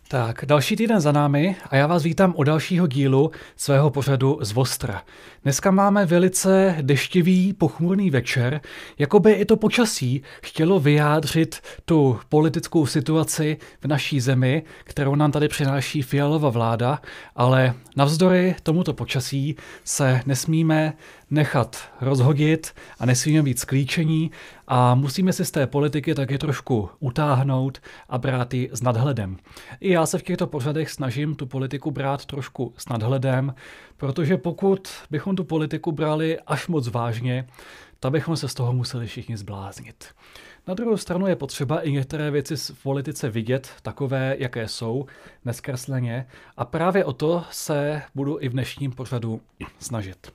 Tak, další týden za námi a já vás vítám u dalšího dílu svého pořadu z Vostra. Dneska máme velice deštivý, pochmurný večer, jako by i to počasí chtělo vyjádřit tu politickou situaci v naší zemi, kterou nám tady přináší Fialova vláda, ale navzdory tomuto počasí se nesmíme nechat rozhodit a nesmíme být sklíčení a musíme si z té politiky taky trošku utáhnout a brát ji s nadhledem. I já se v těchto pořadech snažím tu politiku brát trošku s nadhledem, protože pokud bychom tu politiku brali až moc vážně, tak bychom se z toho museli všichni zbláznit. Na druhou stranu je potřeba i některé věci v politice vidět, takové, jaké jsou, nezkresleně, a právě o to se budu i v dnešním pořadu snažit.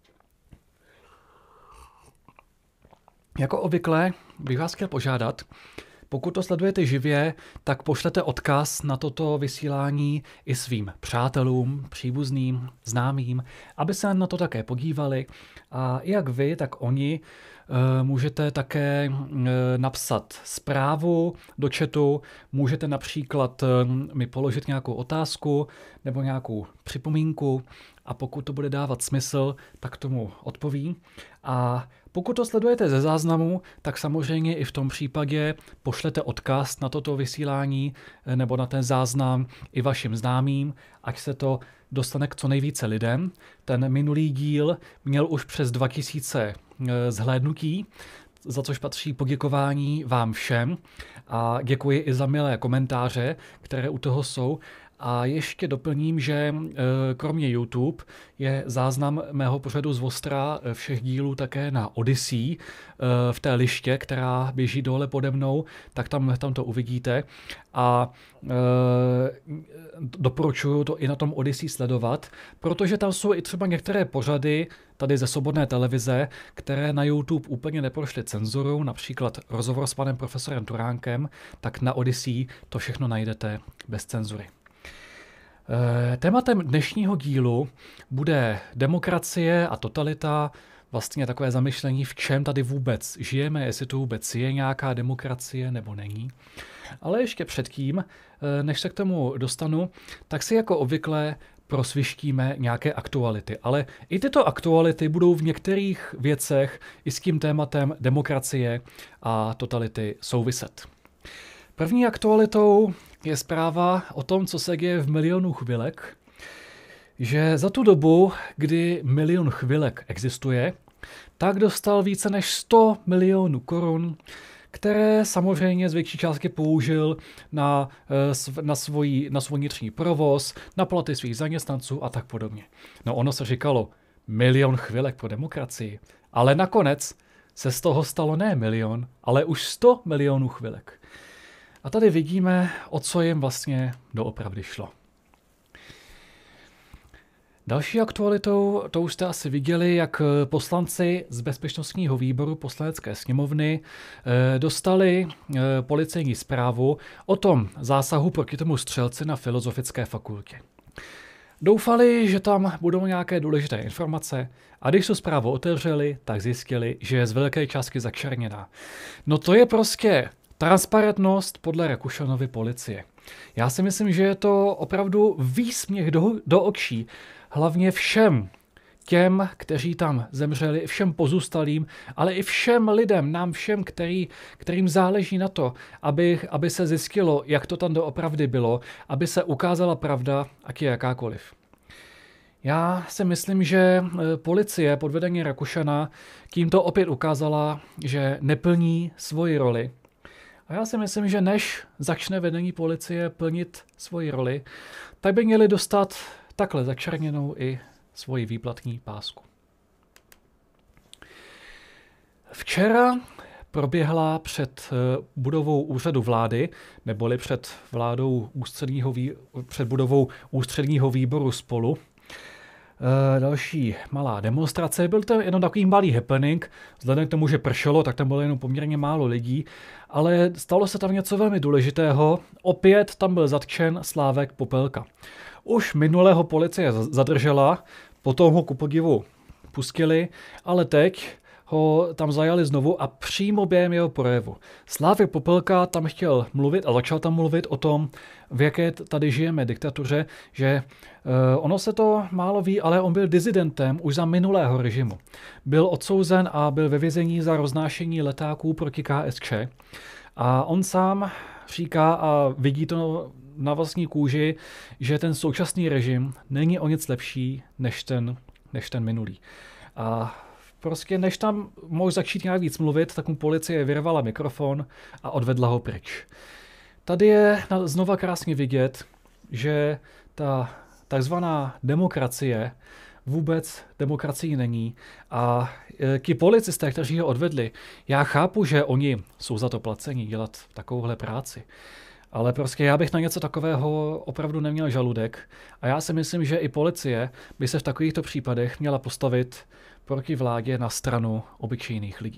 Jako obvykle bych vás chtěl požádat, pokud to sledujete živě, tak pošlete odkaz na toto vysílání i svým přátelům, příbuzným, známým, aby se na to také podívali. A jak vy, tak oni můžete také napsat zprávu do chatu, můžete například mi položit nějakou otázku nebo nějakou připomínku a pokud to bude dávat smysl, tak tomu odpovím. A pokud to sledujete ze záznamu, tak samozřejmě i v tom případě pošlete odkaz na toto vysílání nebo na ten záznam i vašim známým, ať se to dostane k co nejvíce lidem. Ten minulý díl měl už přes 2000 zhlédnutí, za což patří poděkování vám všem a děkuji i za milé komentáře, které u toho jsou. A ještě doplním, že kromě YouTube je záznam mého pořadu z Vostra všech dílů také na Odyssey v té liště, která běží dole pode mnou, tak tam to uvidíte. A doporučuji to i na tom Odyssey sledovat, protože tam jsou i třeba některé pořady tady ze Svobodné televize, které na YouTube úplně neprošly cenzurou, například rozhovor s panem profesorem Turánkem, tak na Odyssey to všechno najdete bez cenzury. Tématem dnešního dílu bude demokracie a totalita, vlastně takové zamyšlení, v čem tady vůbec žijeme, jestli to vůbec je nějaká demokracie nebo není. Ale ještě předtím, než se k tomu dostanu, tak si jako obvykle prosvištíme nějaké aktuality. Ale i tyto aktuality budou v některých věcech i s tím tématem demokracie a totality souviset. První aktualitou je zpráva o tom, co se děje v Milionu chvilek, že za tu dobu, kdy Milion chvilek existuje, tak dostal více než 100 milionů korun, které samozřejmě z větší částky použil na svůj vnitřní provoz, na platy svých zaměstnanců a tak podobně. No ono se říkalo Milion chvilek pro demokracii, ale nakonec se z toho stalo ne milion, ale už 100 milionů chvilek. A tady vidíme, o co jim vlastně doopravdy šlo. Další aktualitou, to už jste asi viděli, jak poslanci z bezpečnostního výboru Poslanecké sněmovny dostali policejní zprávu o tom zásahu proti tomu střelci na Filozofické fakultě. Doufali, že tam budou nějaké důležité informace a když tu zprávu otevřeli, tak zjistili, že je z velké částky začerněná. No to je prostě transparentnost podle Rakušanovy policie. Já si myslím, že je to opravdu výsměch do očí, hlavně všem těm, kteří tam zemřeli, všem pozůstalým, ale i všem lidem, nám všem, kterým záleží na to, aby se zjistilo, jak to tam doopravdy bylo, aby se ukázala pravda, ať je jakákoliv. Já si myslím, že policie pod vedením Rakušana tímto opět ukázala, že neplní svoji roli. A já si myslím, že než začne vedení policie plnit svoji roli, tak by měli dostat takhle začerněnou i svoji výplatní pásku. Včera proběhla před budovou úřadu vlády, neboli před budovou ústředního výboru Spolu, další malá demonstrace. Byl to jenom takový malý happening, vzhledem k tomu, že pršelo, tak tam bylo jenom poměrně málo lidí, ale stalo se tam něco velmi důležitého. Opět tam byl zatčen Slávek Popelka. Už minulého policie zadržela, potom ho ku podivu pustili, ale teď ho tam zajali znovu a přímo během jeho projevu. Slávek Popelka tam chtěl mluvit a začal tam mluvit o tom, v jaké tady žijeme diktatuře, že ono se to málo ví, ale on byl dizidentem už za minulého režimu. Byl odsouzen a byl ve vězení za roznášení letáků proti KSČ. A on sám říká a vidí to na vlastní kůži, že ten současný režim není o nic lepší než ten minulý. A prostě než tam mohl začít nějak víc mluvit, tak mu policie vyrvala mikrofon a odvedla ho pryč. Tady je znova krásně vidět, že ta takzvaná demokracie vůbec demokracií není a ti policisté, kteří ho odvedli, já chápu, že oni jsou za to placení dělat takovouhle práci, ale prostě já bych na něco takového opravdu neměl žaludek a já si myslím, že i policie by se v takovýchto případech měla postavit proti vládě na stranu obyčejných lidí.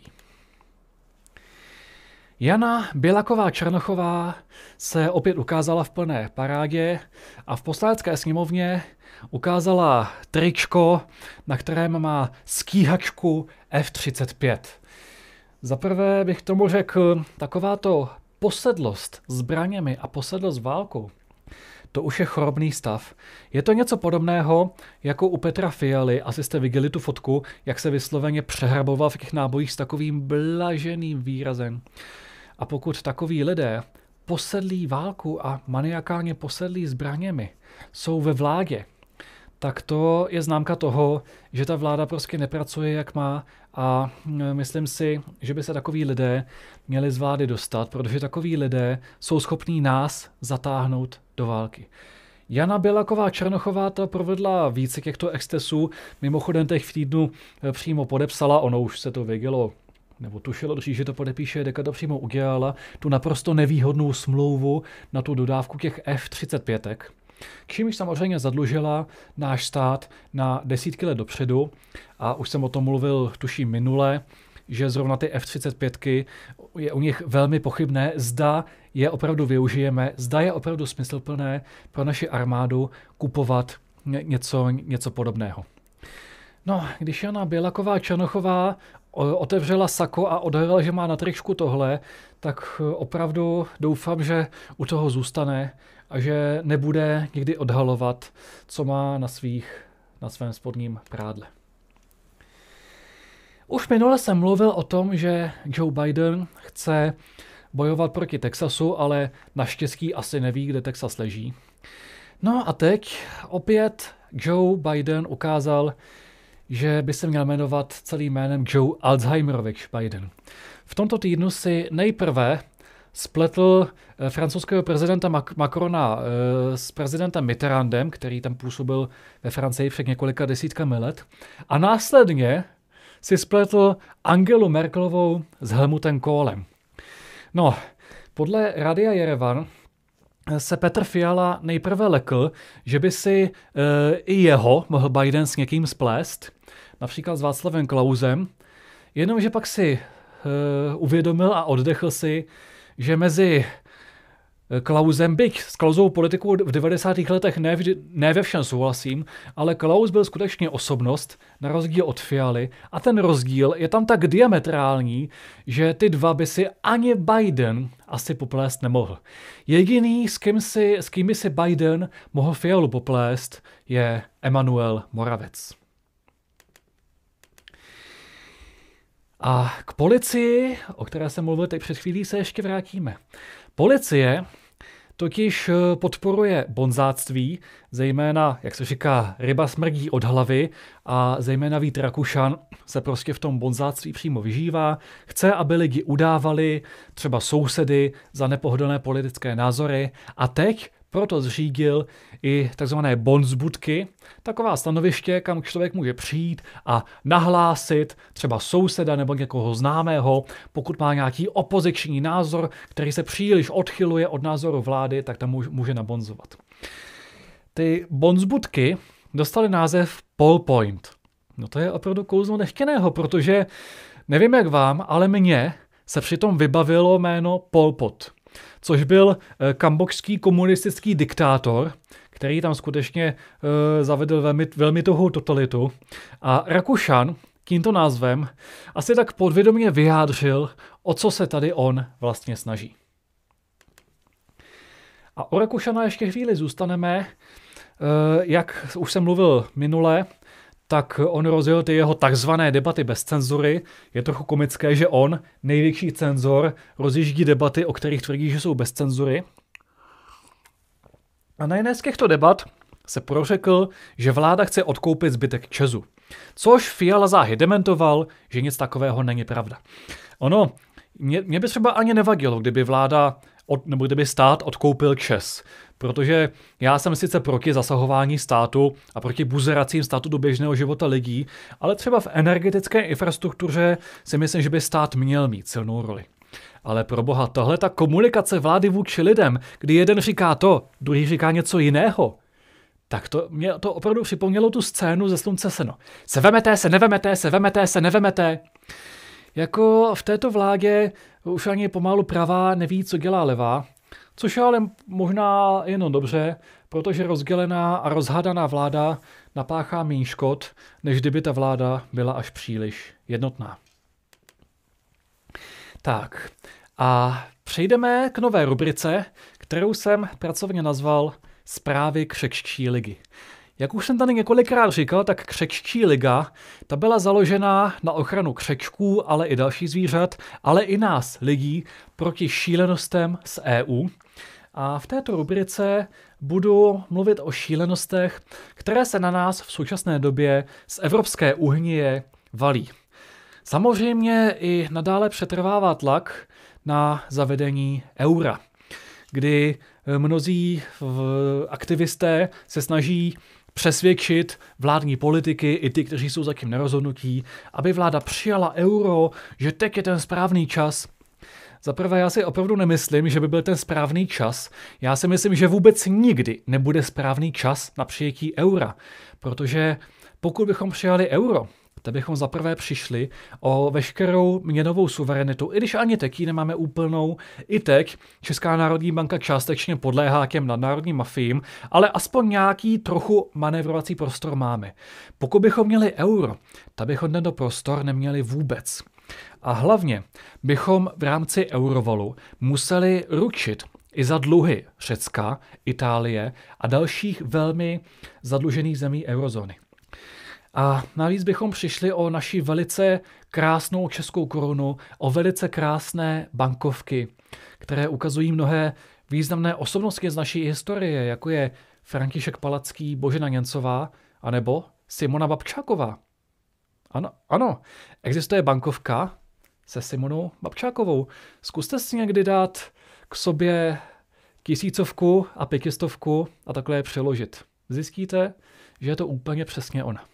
Jana Bielaková-Černochová se opět ukázala v plné parádě a v Poslanecké sněmovně ukázala tričko, na kterém má stíhačku F-35. Za prvé bych tomu řekl, takováto posedlost zbraněmi a posedlost válkou, to už je chorobný stav. Je to něco podobného jako u Petra Fialy, asi jste viděli tu fotku, jak se vysloveně přehraboval v těch nábojích s takovým blaženým výrazem. A pokud takoví lidé posedlí válku a maniakálně posedlí zbraněmi jsou ve vládě, tak to je známka toho, že ta vláda prostě nepracuje, jak má a myslím si, že by se takoví lidé měli z vlády dostat, protože takoví lidé jsou schopní nás zatáhnout do války. Jana Bielaková-Černochová to provedla více těchto excesů, mimochodem teď v týdnu přímo podepsala, ono už se to vědělo, nebo tušilo, že to podepíše, Deka to přímo udělala, tu naprosto nevýhodnou smlouvu na tu dodávku těch F-35, čímž samozřejmě zadlužila náš stát na desítky let dopředu a už jsem o tom mluvil, tuším minule, že zrovna ty F-35 je u nich velmi pochybné, zda je opravdu využijeme, zda je opravdu smysluplné pro naši armádu kupovat něco podobného. No, když Jana Bielaková-Černochová otevřela sako a odhalila, že má na tričku tohle, tak opravdu doufám, že u toho zůstane a že nebude nikdy odhalovat, co má na svém spodním prádle. Už minule jsem mluvil o tom, že Joe Biden chce bojovat proti Texasu, ale naštěstí asi neví, kde Texas leží. No a teď opět Joe Biden ukázal, že by se měl jmenovat celým jménem Joe Alzheimerovich Biden. V tomto týdnu si nejprve spletl francouzského prezidenta Macrona s prezidentem Mitterrandem, který tam působil ve Francii před několika desítkami let, a následně si spletl Angelu Merkelovou s Helmutem Kohlem. No, podle Radia Jerevan se Petr Fiala nejprve lekl, že by si i jeho mohl Biden s někým splést, například s Václavem Klausem, jenomže pak si uvědomil a oddechl si, že mezi Klausem, byť s Klausovou politikou v 90. letech ne ve všem souhlasím, ale Klaus byl skutečně osobnost, na rozdíl od Fialy, a ten rozdíl je tam tak diametrální, že ty dva by si ani Biden asi poplést nemohl. Jediný, s kým by si Biden mohl Fialu poplést, je Emanuel Moravec. A k policii, o které jsem mluvil teď před chvílí, se ještě vrátíme. Policie totiž podporuje bonzáctví, zejména, jak se říká, ryba smrdí od hlavy a zejména Vít Rakušan se prostě v tom bonzáctví přímo vyžívá. Chce, aby lidi udávali třeba sousedy za nepohodlné politické názory a teď proto zřídil i takzvané bonzbudky, taková stanoviště, kam člověk může přijít a nahlásit třeba souseda nebo někoho známého, pokud má nějaký opoziční názor, který se příliš odchyluje od názoru vlády, tak tam může nabonzovat. Ty bonzbudky dostaly název Pol Point. No to je opravdu kouzlo nechtěného, protože nevím jak vám, ale mně se přitom vybavilo jméno Pol Pot, což byl kambodžský komunistický diktátor, který tam skutečně zavedl velmi tuhou totalitu. A Rakušan tímto názvem asi tak podvědomě vyjádřil, o co se tady on vlastně snaží. A o Rakušana ještě chvíli zůstaneme. Jak už jsem mluvil minule, tak on rozjel ty jeho takzvané debaty bez cenzury. Je trochu komické, že on, největší cenzor, rozjíždí debaty, o kterých tvrdí, že jsou bez cenzury. A na jedné z těchto debat se prořekl, že vláda chce odkoupit zbytek ČEZu. Což Fiala záhy dementoval, že nic takového není pravda. Ono, mě by třeba ani nevadilo, kdyby vláda nebo kdyby stát odkoupil ČEZ, protože já jsem sice proti zasahování státu a proti buzeracím státu do běžného života lidí, ale třeba v energetické infrastruktuře si myslím, že by stát měl mít silnou roli. Ale pro boha, tahle ta komunikace vlády vůči lidem, kdy jeden říká to, druhý říká něco jiného, tak mě to opravdu připomnělo tu scénu ze Slunce seno. Se vemete, se nevemete, se vemete, se nevemete. Jako v této vládě už ani pomalu pravá neví, co dělá levá, což je ale možná jenom dobře, protože rozdělená a rozhádaná vláda napáchá méně škod, než kdyby ta vláda byla až příliš jednotná. Tak a přejdeme k nové rubrice, kterou jsem pracovně nazval Zprávy křeččí ligy. Jak už jsem tady několikrát říkal, tak křeččí liga, ta byla založena na ochranu křečků, ale i dalších zvířat, ale i nás, lidí, proti šílenostem z EU. A v této rubrice budu mluvit o šílenostech, které se na nás v současné době z Evropské unie valí. Samozřejmě i nadále přetrvává tlak na zavedení eura, kdy mnozí aktivisté se snaží přesvědčit vládní politiky i ty, kteří jsou zatím nerozhodnutí, aby vláda přijala euro, že teď je ten správný čas. Zaprvé já si opravdu nemyslím, že by byl ten správný čas. Já si myslím, že vůbec nikdy nebude správný čas na přijetí eura, protože pokud bychom přijali euro, tak bychom zaprvé přišli o veškerou měnovou suverenitu, i když ani teď ji nemáme úplnou. I teď Česká národní banka částečně podléhá těm nadnárodním mafiím, ale aspoň nějaký trochu manévrovací prostor máme. Pokud bychom měli euro, tak bychom tento prostor neměli vůbec. A hlavně bychom v rámci eurovalu museli ručit i za dluhy Řecka, Itálie a dalších velmi zadlužených zemí eurozóny. A navíc bychom přišli o naši velice krásnou českou korunu, o velice krásné bankovky, které ukazují mnohé významné osobnosti z naší historie, jako je František Palacký, Božena Němcová, anebo Simona Babčáková. Ano, existuje bankovka se Simonou Babčákovou. Zkuste si někdy dát k sobě 1000 a 500 a takhle je přeložit. Zjistíte, že je to úplně přesně ona.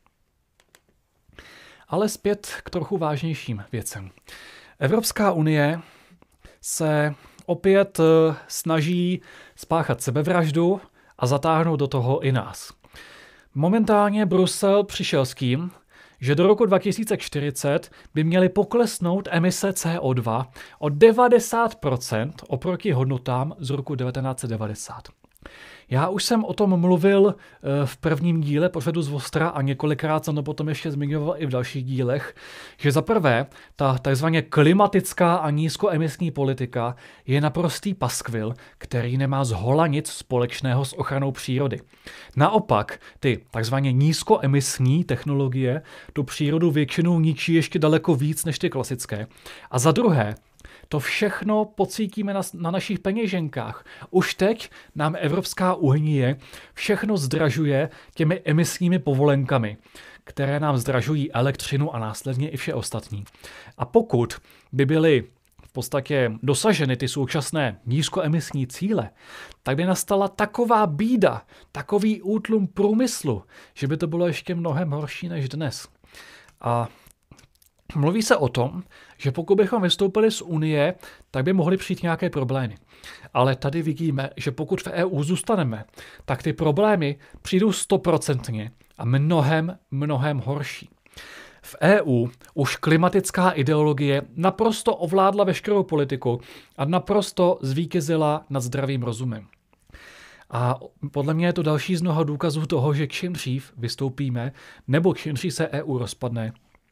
Ale zpět k trochu vážnějším věcem. Evropská unie se opět snaží spáchat sebevraždu a zatáhnout do toho i nás. Momentálně Brusel přišel s tím, že do roku 2040 by měly poklesnout emise CO2 o 90% oproti hodnotám z roku 1990. Já už jsem o tom mluvil v prvním díle pořadu z Ostra a několikrát jsem to potom ještě zmiňoval i v dalších dílech, že za prvé ta takzvaně klimatická a nízkoemisní politika je naprostý paskvil, který nemá zhola nic společného s ochranou přírody. Naopak, ty takzvaně nízkoemisní technologie tu přírodu většinou ničí ještě daleko víc než ty klasické. A za druhé, to všechno pocítíme na našich peněženkách. Už teď nám Evropská unie všechno zdražuje těmi emisními povolenkami, které nám zdražují elektřinu a následně i vše ostatní. A pokud by byly v podstatě dosaženy ty současné nízkoemisní cíle, tak by nastala taková bída, takový útlum průmyslu, že by to bylo ještě mnohem horší než dnes. A mluví se o tom, že pokud bychom vystoupili z Unie, tak by mohly přijít nějaké problémy. Ale tady vidíme, že pokud v EU zůstaneme, tak ty problémy přijdou 100% a mnohem horší. V EU už klimatická ideologie naprosto ovládla veškerou politiku a naprosto zvítězila nad zdravým rozumem. A podle mě je to další z mnoha důkazů toho, že čím dřív vystoupíme, nebo čím dřív se EU rozpadne,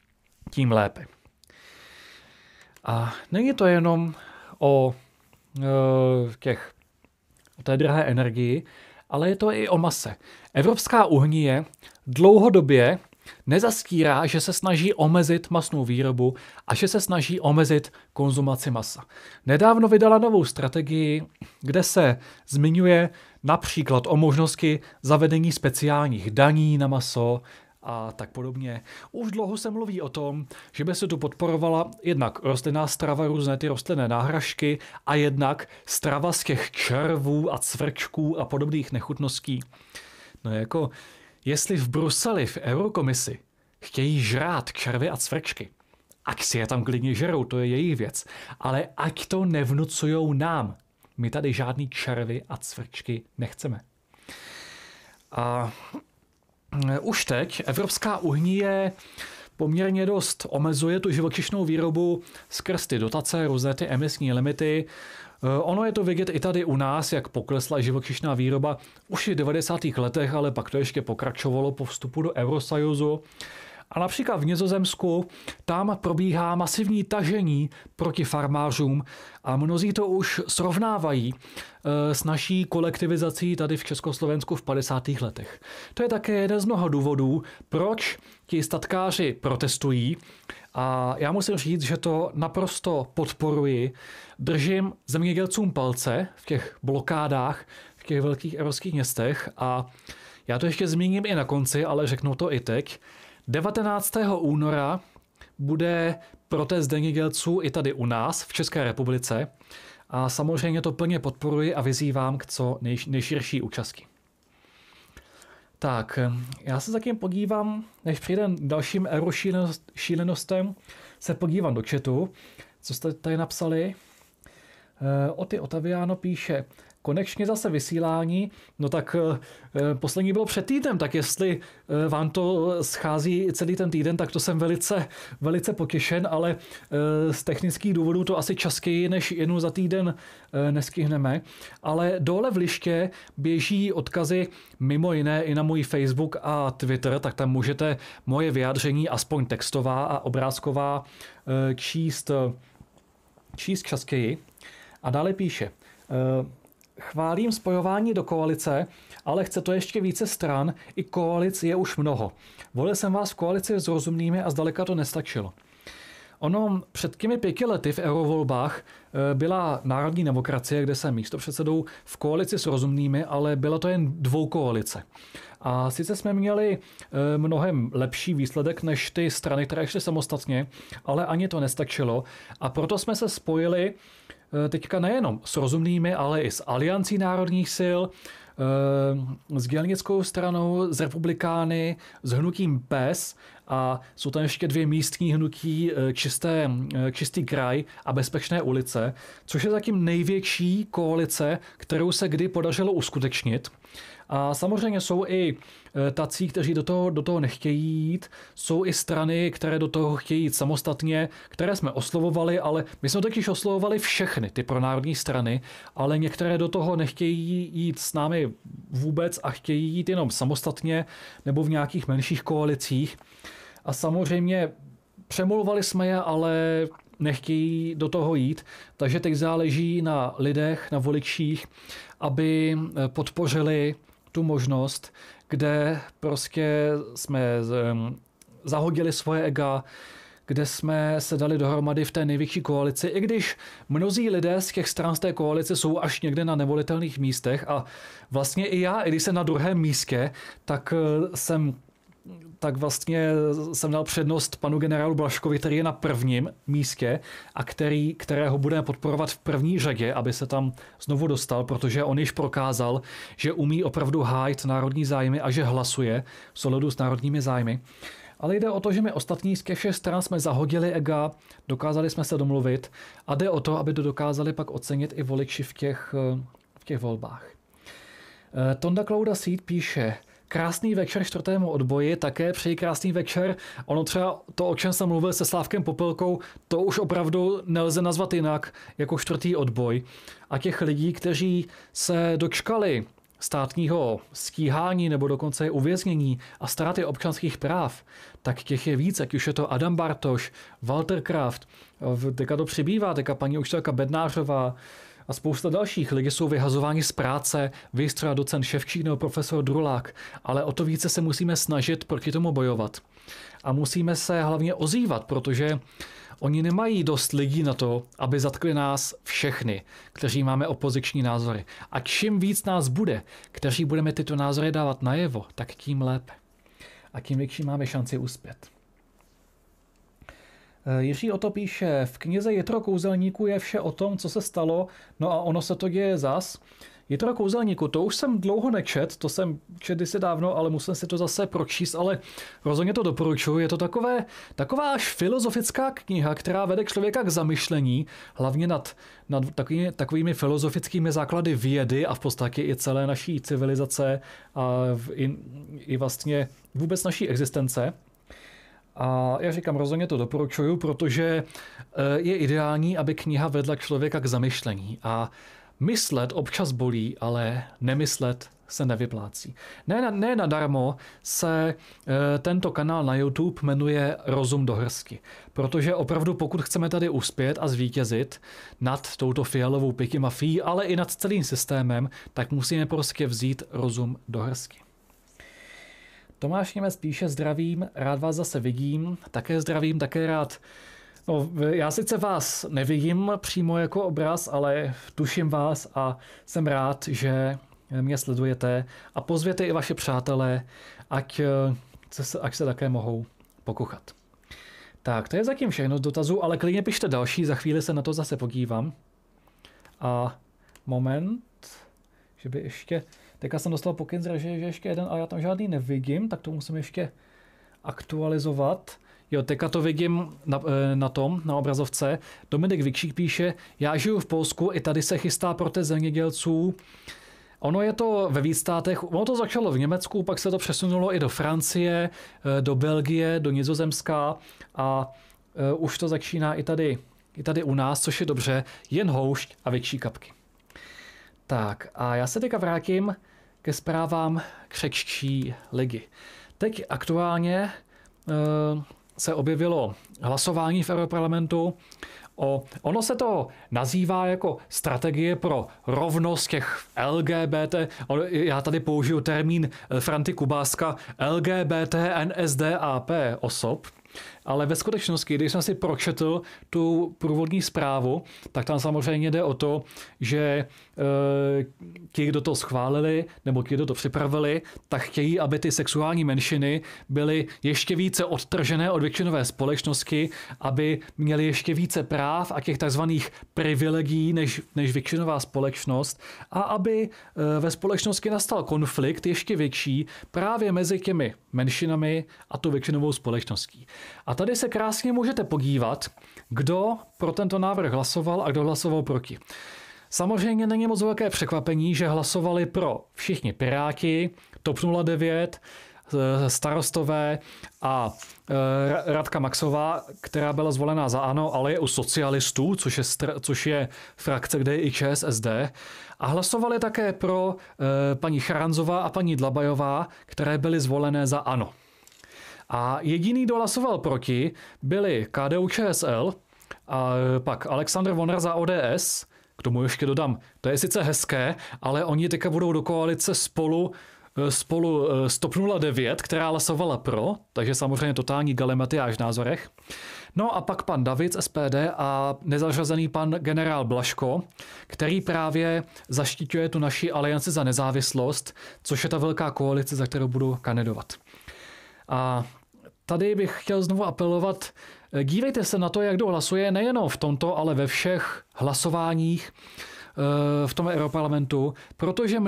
tím lépe. A není to jenom o té drahé energii, ale je to i o mase. Evropská unie dlouhodobě nezastírá, že se snaží omezit masnou výrobu a že se snaží omezit konzumaci masa. Nedávno vydala novou strategii, kde se zmiňuje například o možnosti zavedení speciálních daní na maso a tak podobně. Už dlouho se mluví o tom, že by se tu podporovala jednak rostlinná strava, různé ty rostlinné náhražky a jednak strava z těch červů a cvrčků a podobných nechutností. No jako, jestli v Bruseli, v Eurokomisi chtějí žrát červy a cvrčky, ať si je tam klidně žerou, to je jejich věc, ale ať to nevnucujou nám. My tady žádný červy a cvrčky nechceme. A už teď Evropská unie poměrně dost omezuje tu živočišnou výrobu skrz ty dotace, různé ty emisní limity. Ono je to vidět i tady u nás, jak poklesla živočišná výroba už v 90. letech, ale pak to ještě pokračovalo po vstupu do Eurosajuzu. A například v Nizozemsku tam probíhá masivní tažení proti farmářům a mnozí to už srovnávají s naší kolektivizací tady v Československu v 50. letech. To je také jeden z mnoha důvodů, proč ti statkáři protestují a já musím říct, že to naprosto podporuji. Držím zemědělcům palce v těch blokádách, v těch velkých evropských městech a já to ještě zmíním i na konci, ale řeknu to i teď. 19. února bude protest zemědělců i tady u nás v České republice a samozřejmě to plně podporuji a vyzývám k co nejširší účasti. Tak, já se zatím podívám, než přijde dalším eurošílenostem, se podívám do chatu, co jste tady napsali. Oty Otaviano píše, konečně zase vysílání, no tak poslední bylo před týdnem, tak jestli vám to schází celý ten týden, tak to jsem velice potěšen, ale z technických důvodů to asi častěji než jednou za týden neskihneme. Ale dole v liště běží odkazy mimo jiné i na můj Facebook a Twitter, tak tam můžete moje vyjádření, aspoň textová a obrázková, číst častěji. A dále píše, chválím spojování do koalice, ale chce to ještě více stran, i koalic je už mnoho. Volil jsem vás v koalici s rozumnými a zdaleka to nestačilo. Ono před těmi 5 lety v eurovolbách byla národní demokracie, kde jsem místopředsedou v koalici s rozumnými, ale byla to jen dvoukoalice. A sice jsme měli mnohem lepší výsledek než ty strany, které šly samostatně, ale ani to nestačilo. A proto jsme se spojili teďka nejenom s rozumnými, ale i s Aliancí národních sil, s dělnickou stranou, s republikány, s hnutím PES a jsou tam ještě 2 místní hnutí Čistý kraj a Bezpečné ulice, což je zatím největší koalice, kterou se kdy podařilo uskutečnit. A samozřejmě jsou i tací, kteří do toho nechtějí jít. Jsou i strany, které do toho chtějí jít samostatně, které jsme oslovovali, ale my jsme totiž oslovovali všechny ty pronárodní strany, ale některé do toho nechtějí jít s námi vůbec a chtějí jít jenom samostatně nebo v nějakých menších koalicích. A samozřejmě přemluvali jsme je, ale nechtějí do toho jít, takže teď záleží na lidech, na voličích, aby podpořili tu možnost, kde prostě jsme zahodili svoje ega, kde jsme se dali dohromady v té největší koalici, i když mnozí lidé z těch stran z té koalice jsou až někde na nevolitelných místech a vlastně i já, i když jsem na druhém místě, tak vlastně jsem dal přednost panu generálu Blažkovi, který je na prvním místě a kterého budeme podporovat v první řadě, aby se tam znovu dostal, protože on již prokázal, že umí opravdu hájit národní zájmy a že hlasuje v souladu s národními zájmy. Ale jde o to, že my ostatní z těch 6 stran jsme zahodili ega, dokázali jsme se domluvit a jde o to, aby to dokázali pak ocenit i voliči v těch volbách. Tonda Klauda Seed píše, krásný večer 4. odboji, také přeji krásný večer. Ono třeba to, o čem jsem mluvil se Slávkem Popelkou, to už opravdu nelze nazvat jinak jako 4. odboj. A těch lidí, kteří se dočkali státního stíhání nebo dokonce uvěznění a ztráty občanských práv, tak těch je víc, ať už je to Adam Bartoš, Walter Kraft, teďka to přibývá, teďka paní učitelka Bednářová a spousta dalších. Lidi jsou vyhazováni z práce, vy třeba docent Ševčík nebo profesor Drulák, ale o to více se musíme snažit proti tomu bojovat. A musíme se hlavně ozývat, protože oni nemají dost lidí na to, aby zatkli nás všechny, kteří máme opoziční názory. A čím víc nás bude, kteří budeme tyto názory dávat najevo, tak tím lépe. A tím větší máme šanci uspět. Jiří o to píše, v knize Jitro kouzelníků je vše o tom, co se stalo, no a ono se to děje zas. Jitro kouzelníku, to už jsem dlouho nečet, to jsem čet kdysi dávno, ale musím si to zase pročíst, ale rozhodně to doporučuji. Je to taková až filozofická kniha, která vede člověka k zamyšlení, hlavně nad takovými filozofickými základy vědy a v podstatě i celé naší civilizace a i vlastně vůbec naší existence. A já říkám, rozhodně to doporučuju, protože je ideální, aby kniha vedla člověka k zamyšlení. A myslet občas bolí, ale nemyslet se nevyplácí. Ne nadarmo se tento kanál na YouTube jmenuje Rozum do hrsti. Protože opravdu pokud chceme tady uspět a zvítězit nad touto fialovou pětimafií, ale i nad celým systémem, tak musíme prostě vzít rozum do hrsti. Tomáš Němec píše, zdravím, rád vás zase vidím, také zdravím, také rád. No, já sice vás nevidím přímo jako obraz, ale tuším vás a jsem rád, že mě sledujete a pozvěte i vaše přátelé, ať se také mohou pokuchat. Tak, to je zatím všechno z dotazů, ale klidně pište další, za chvíli se na to zase podívám. A moment, že by ještě... Teďka jsem dostal pokyn, že ještě jeden, ale já tam žádný nevidím, tak to musím ještě aktualizovat. Jo, teďka to vidím na obrazovce. Dominik Vikšík píše, já žiju v Polsku, i tady se chystá protest zemědělců. Ono je to ve víc státech, ono to začalo v Německu, pak se to přesunulo i do Francie, do Belgie, do Nizozemska a už to začíná i tady u nás, což je dobře, jen houšť a větší kapky. Tak a já se teďka vrátím ke zprávám křečtí ligy. Teď aktuálně se objevilo hlasování v Europarlamentu. Ono se to nazývá jako strategie pro rovnost těch LGBT. Já tady použiju termín Franty Kubáska LGBT NSDAP osob. Ale ve skutečnosti, když jsem si pročetl tu průvodní zprávu, tak tam samozřejmě jde o to, že ti, kdo to schválili, nebo ti, kdo to připravili, tak chtějí, aby ty sexuální menšiny byly ještě více odtržené od většinové společnosti, aby měly ještě více práv a těch takzvaných privilegií než většinová společnost a aby ve společnosti nastal konflikt ještě větší právě mezi těmi menšinami a tu většinovou společností. A tady se krásně můžete podívat, kdo pro tento návrh hlasoval a kdo hlasoval proti. Samozřejmě není moc velké překvapení, že hlasovali pro všichni Piráti, TOP 09, Starostové a Radka Maxová, která byla zvolená za ANO, ale je u socialistů, což je frakce, kde je i ČSSD. A hlasovali také pro paní Charanzová a paní Dlabajová, které byly zvolené za ANO. A jediný, kdo hlasoval proti, byli KDU-ČSL a pak Alexander Vonner za ODS. K tomu ještě dodám, to je sice hezké, ale oni teďka budou do koalice spolu s TOP 09, která hlasovala pro, takže samozřejmě totální galimatiáž v názorech. No a pak pan David z SPD a nezařazený pan generál Blažko, který právě zaštiťuje tu naši alianci za nezávislost, což je ta velká koalice, za kterou budu kandidovat. A tady bych chtěl znovu apelovat, dívejte se na to, jak kdo hlasuje, nejenom v tomto, ale ve všech hlasováních v tom Europarlamentu, protože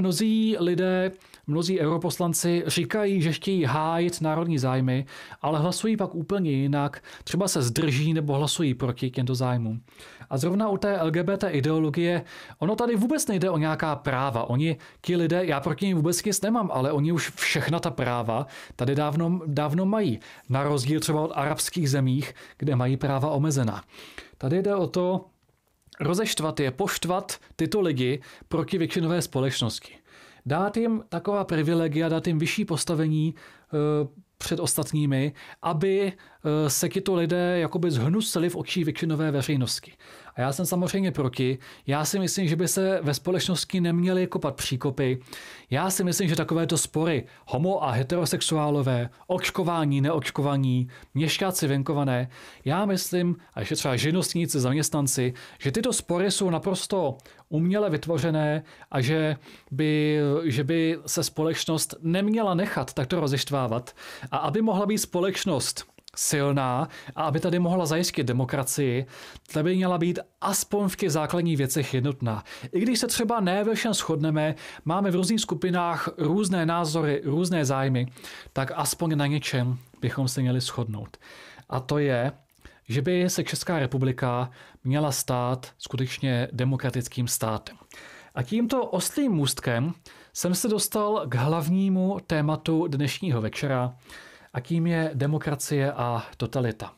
mnozí europoslanci říkají, že chtějí hájit národní zájmy, ale hlasují pak úplně jinak, třeba se zdrží nebo hlasují proti těmto zájmům. A zrovna u té LGBT ideologie, ono tady vůbec nejde o nějaká práva. Ti lidé, já proti nim vůbec nic nemám, ale oni už všechna ta práva tady dávno mají. Na rozdíl třeba od arabských zemích, kde mají práva omezená. Tady jde o to, poštvat tyto lidi proti většinové společnosti. dát jim taková privilegia, dát jim vyšší postavení před ostatními, aby se tito lidé jakoby zhnusili v očích většinové veřejnosti. A já jsem samozřejmě proti. Já si myslím, že by se ve společnosti neměly kopat příkopy. Já si myslím, že takovéto spory homo a heterosexuálové, očkování, neočkovaní, měšťáci venkované, já myslím, a ještě třeba živnostníci, zaměstnanci, že tyto spory jsou naprosto uměle vytvořené a že by se společnost neměla nechat takto rozeštvávat. A aby mohla být společnost silná a aby tady mohla zajistit demokracii, ta by měla být aspoň v těch základních věcech jednotná. I když se třeba ne ve všem shodneme, máme v různých skupinách různé názory, různé zájmy, tak aspoň na něčem bychom se měli shodnout. A to je, že by se Česká republika měla stát skutečně demokratickým státem. A tímto ostrým můstkem jsem se dostal k hlavnímu tématu dnešního večera, a tím je demokracie a totalita.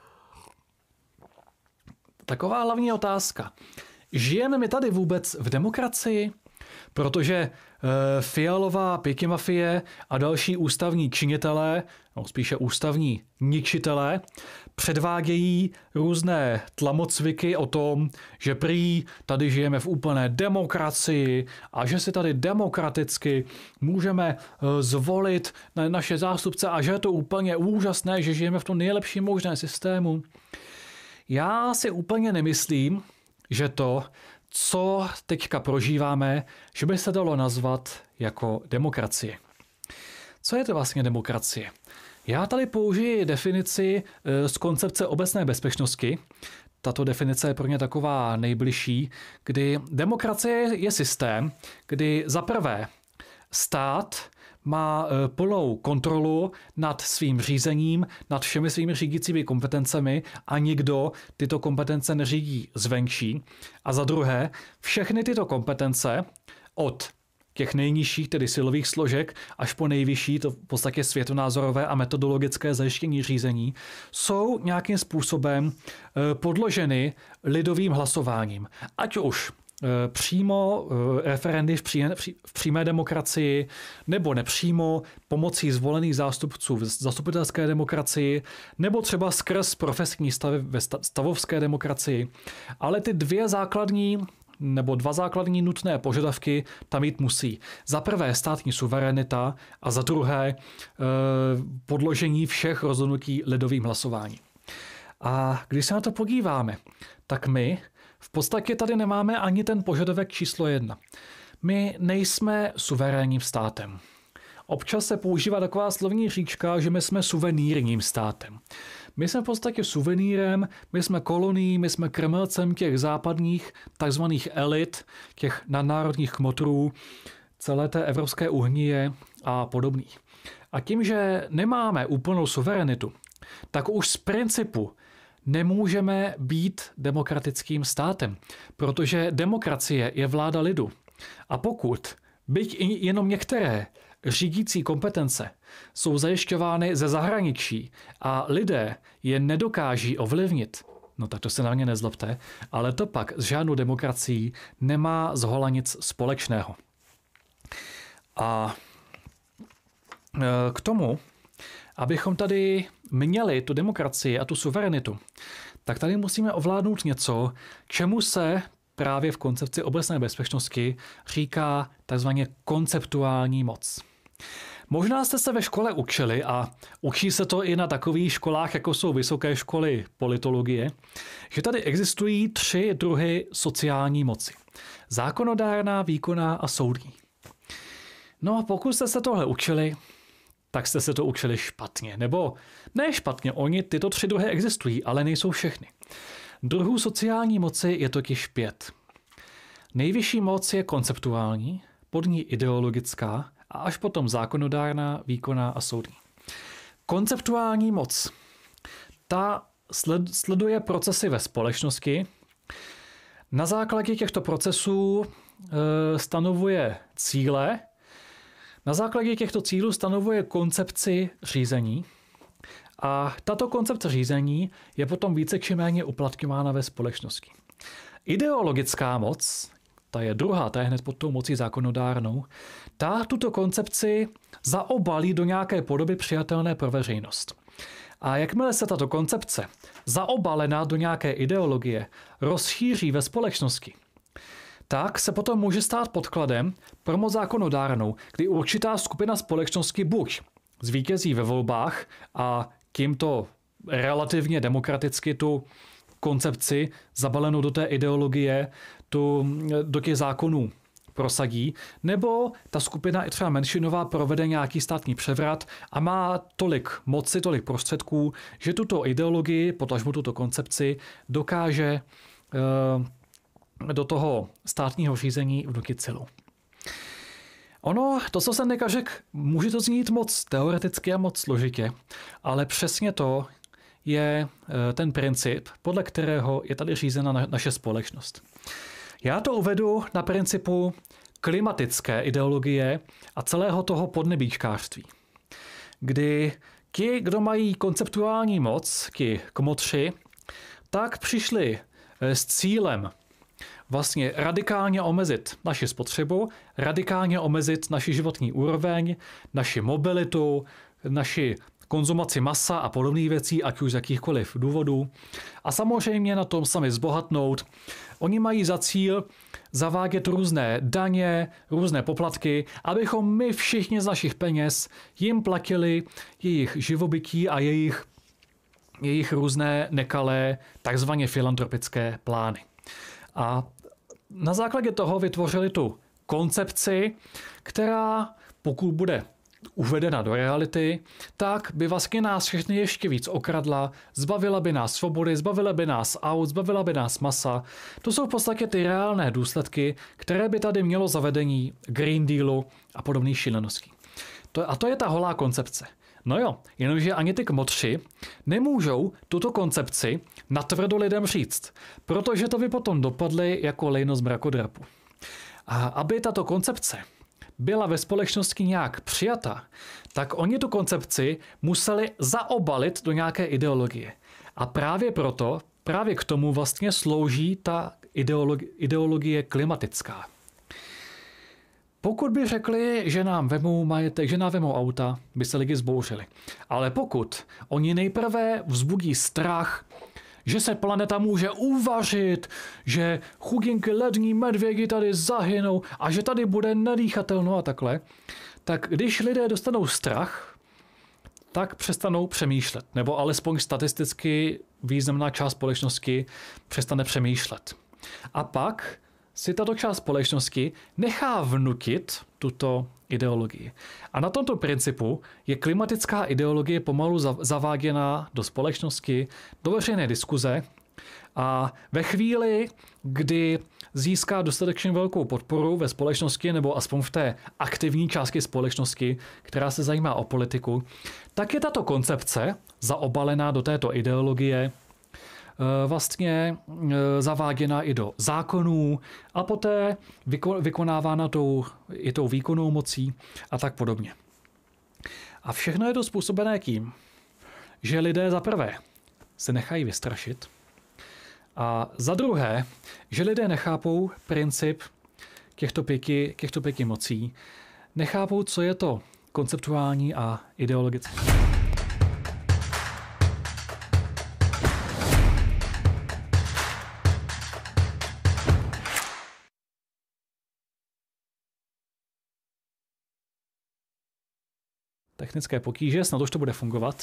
Taková hlavní otázka. Žijeme my tady vůbec v demokracii? Protože Fialová pětimafie a další ústavní činitelé, no spíše ústavní ničitelé, předvádějí různé tlamocviky o tom, že prý tady žijeme v úplné demokracii a že si tady demokraticky můžeme zvolit naše zástupce a že je to úplně úžasné, že žijeme v tom nejlepším možném systému. Já si úplně nemyslím, že to, co teďka prožíváme, že by se dalo nazvat jako demokracie. Co je to vlastně demokracie? Já tady použiji definici z koncepce obecné bezpečnosti. Tato definice je pro mě taková nejbližší, kdy demokracie je systém, kdy za prvé stát má plnou kontrolu nad svým řízením, nad všemi svými řídícími kompetencemi a nikdo tyto kompetence neřídí zvenčí. A za druhé, všechny tyto kompetence od těch nejnižších, tedy silových složek, až po nejvyšší, to v podstatě světonázorové a metodologické zajištění řízení, jsou nějakým způsobem podloženy lidovým hlasováním. Ať už přímo referendy v přímé demokracii nebo nepřímo pomocí zvolených zástupců v zastupitelské demokracii nebo třeba skrz profesní stavy ve stavovské demokracii. Ale ty dva základní nutné požadavky tam mít musí. Za prvé státní suverenita a za druhé podložení všech rozhodnutí lidovým hlasováním. A když se na to podíváme, tak my v podstatě tady nemáme ani ten požadavek číslo 1. My nejsme suverénním státem. Občas se používá taková slovní říčka, že my jsme suvenýrním státem. My jsme v podstatě suvenýrem, my jsme kolonií, my jsme krmelcem těch západních takzvaných elit, těch nadnárodních kmotrů, celé té evropské uhnije a podobných. A tím, že nemáme úplnou suverenitu, tak už z principu nemůžeme být demokratickým státem, protože demokracie je vláda lidu. A pokud, byť jenom některé řídící kompetence jsou zajišťovány ze zahraničí a lidé je nedokáží ovlivnit, no tak to se na mě nezlobte, ale to pak s žádnou demokracií nemá zhola nic společného. A k tomu, abychom tady měli tu demokracii a tu suverenitu, tak tady musíme ovládnout něco, čemu se právě v koncepci obecné bezpečnosti říká takzvaně konceptuální moc. Možná jste se ve škole učili a učí se to i na takových školách, jako jsou vysoké školy politologie, že tady existují 3 druhy sociální moci. Zákonodárná, výkonná a soudní. No a pokud jste se tohle učili, tak jste se to učili špatně. Nebo ne špatně, oni tyto 3 druhy existují, ale nejsou všechny. Druhů sociální moci je totiž 5. Nejvyšší moc je konceptuální, pod ní ideologická a až potom zákonodárná, výkonná a soudní. Konceptuální moc. Ta sleduje procesy ve společnosti. Na základě těchto procesů stanovuje cíle. Na základě těchto cílů stanovuje koncepci řízení. A tato koncepce řízení je potom více či méně uplatňována ve společnosti. Ideologická moc, ta je druhá, ta je hned pod tou mocí zákonodárnou, ta tuto koncepci zaobalí do nějaké podoby přijatelné pro veřejnost. A jakmile se tato koncepce, zaobalená do nějaké ideologie, rozšíří ve společnosti, tak se potom může stát podkladem pro moc zákonodárnou, kdy určitá skupina společnosti buď zvítězí ve volbách a tímto relativně demokraticky tu koncepci zabalenou do té ideologie, do těch zákonů prosadí, nebo ta skupina i třeba menšinová provede nějaký státní převrat a má tolik moci, tolik prostředků, že tuto ideologii, potažmo tuto koncepci dokáže do toho státního řízení vnutit celou. Ono, to, co jsem teďka řekl, může to znít moc teoreticky a moc složitě, ale přesně to je ten princip, podle kterého je tady řízena naše společnost. Já to uvedu na principu klimatické ideologie a celého toho podnebíčkářství, kdy ti, kdo mají konceptuální moc, ti kmotři, tak přišli s cílem vlastně radikálně omezit naši spotřebu, radikálně omezit naši životní úroveň, naši mobilitu, naši konzumaci masa a podobných věcí, ať už z jakýchkoliv důvodů. A samozřejmě na tom sami zbohatnout. Oni mají za cíl zavádět různé daně, různé poplatky, abychom my všichni z našich peněz jim platili jejich živobytí a jejich různé nekalé, takzvaně filantropické plány. A na základě toho vytvořili tu koncepci, která, pokud bude uvedena do reality, tak by vlastně nás všechny ještě víc okradla, zbavila by nás svobody, zbavila by nás aut, zbavila by nás masa. To jsou v podstatě ty reálné důsledky, které by tady mělo zavedení Green Dealu a podobných šíleností. A to je ta holá koncepce. No jo, jenomže ani ty kmotři nemůžou tuto koncepci natvrdo lidem říct, protože to by potom dopadly jako lejno z mrakodrapu. A aby tato koncepce byla ve společnosti nějak přijata, tak oni tu koncepci museli zaobalit do nějaké ideologie. A právě k tomu vlastně slouží ta ideologie klimatická. Pokud by řekli, že nám vemou majetek, že nám vemou auta, by se lidi zbouřili. Ale pokud oni nejprve vzbudí strach, že se planeta může uvařit, že chudinky lední medvědi tady zahynou a že tady bude nedýchatelno a takhle, tak když lidé dostanou strach, tak přestanou přemýšlet. Nebo alespoň statisticky významná část společnosti přestane přemýšlet. A pak si tato část společnosti nechá vnutit tuto ideologii. A na tomto principu je klimatická ideologie pomalu zaváděna do společnosti, do veřejné diskuze a ve chvíli, kdy získá dostatečně velkou podporu ve společnosti nebo aspoň v té aktivní části společnosti, která se zajímá o politiku, tak je tato koncepce zaobalená do této ideologie vlastně zaváděna i do zákonů a poté vykonávána tou výkonnou mocí a tak podobně. A všechno je to způsobené tím, že lidé za prvé se nechají vystrašit a za druhé, že lidé nechápou princip těchto pěti mocí, nechápou, co je to konceptuální a ideologické. Technické potíže, snad už to bude fungovat.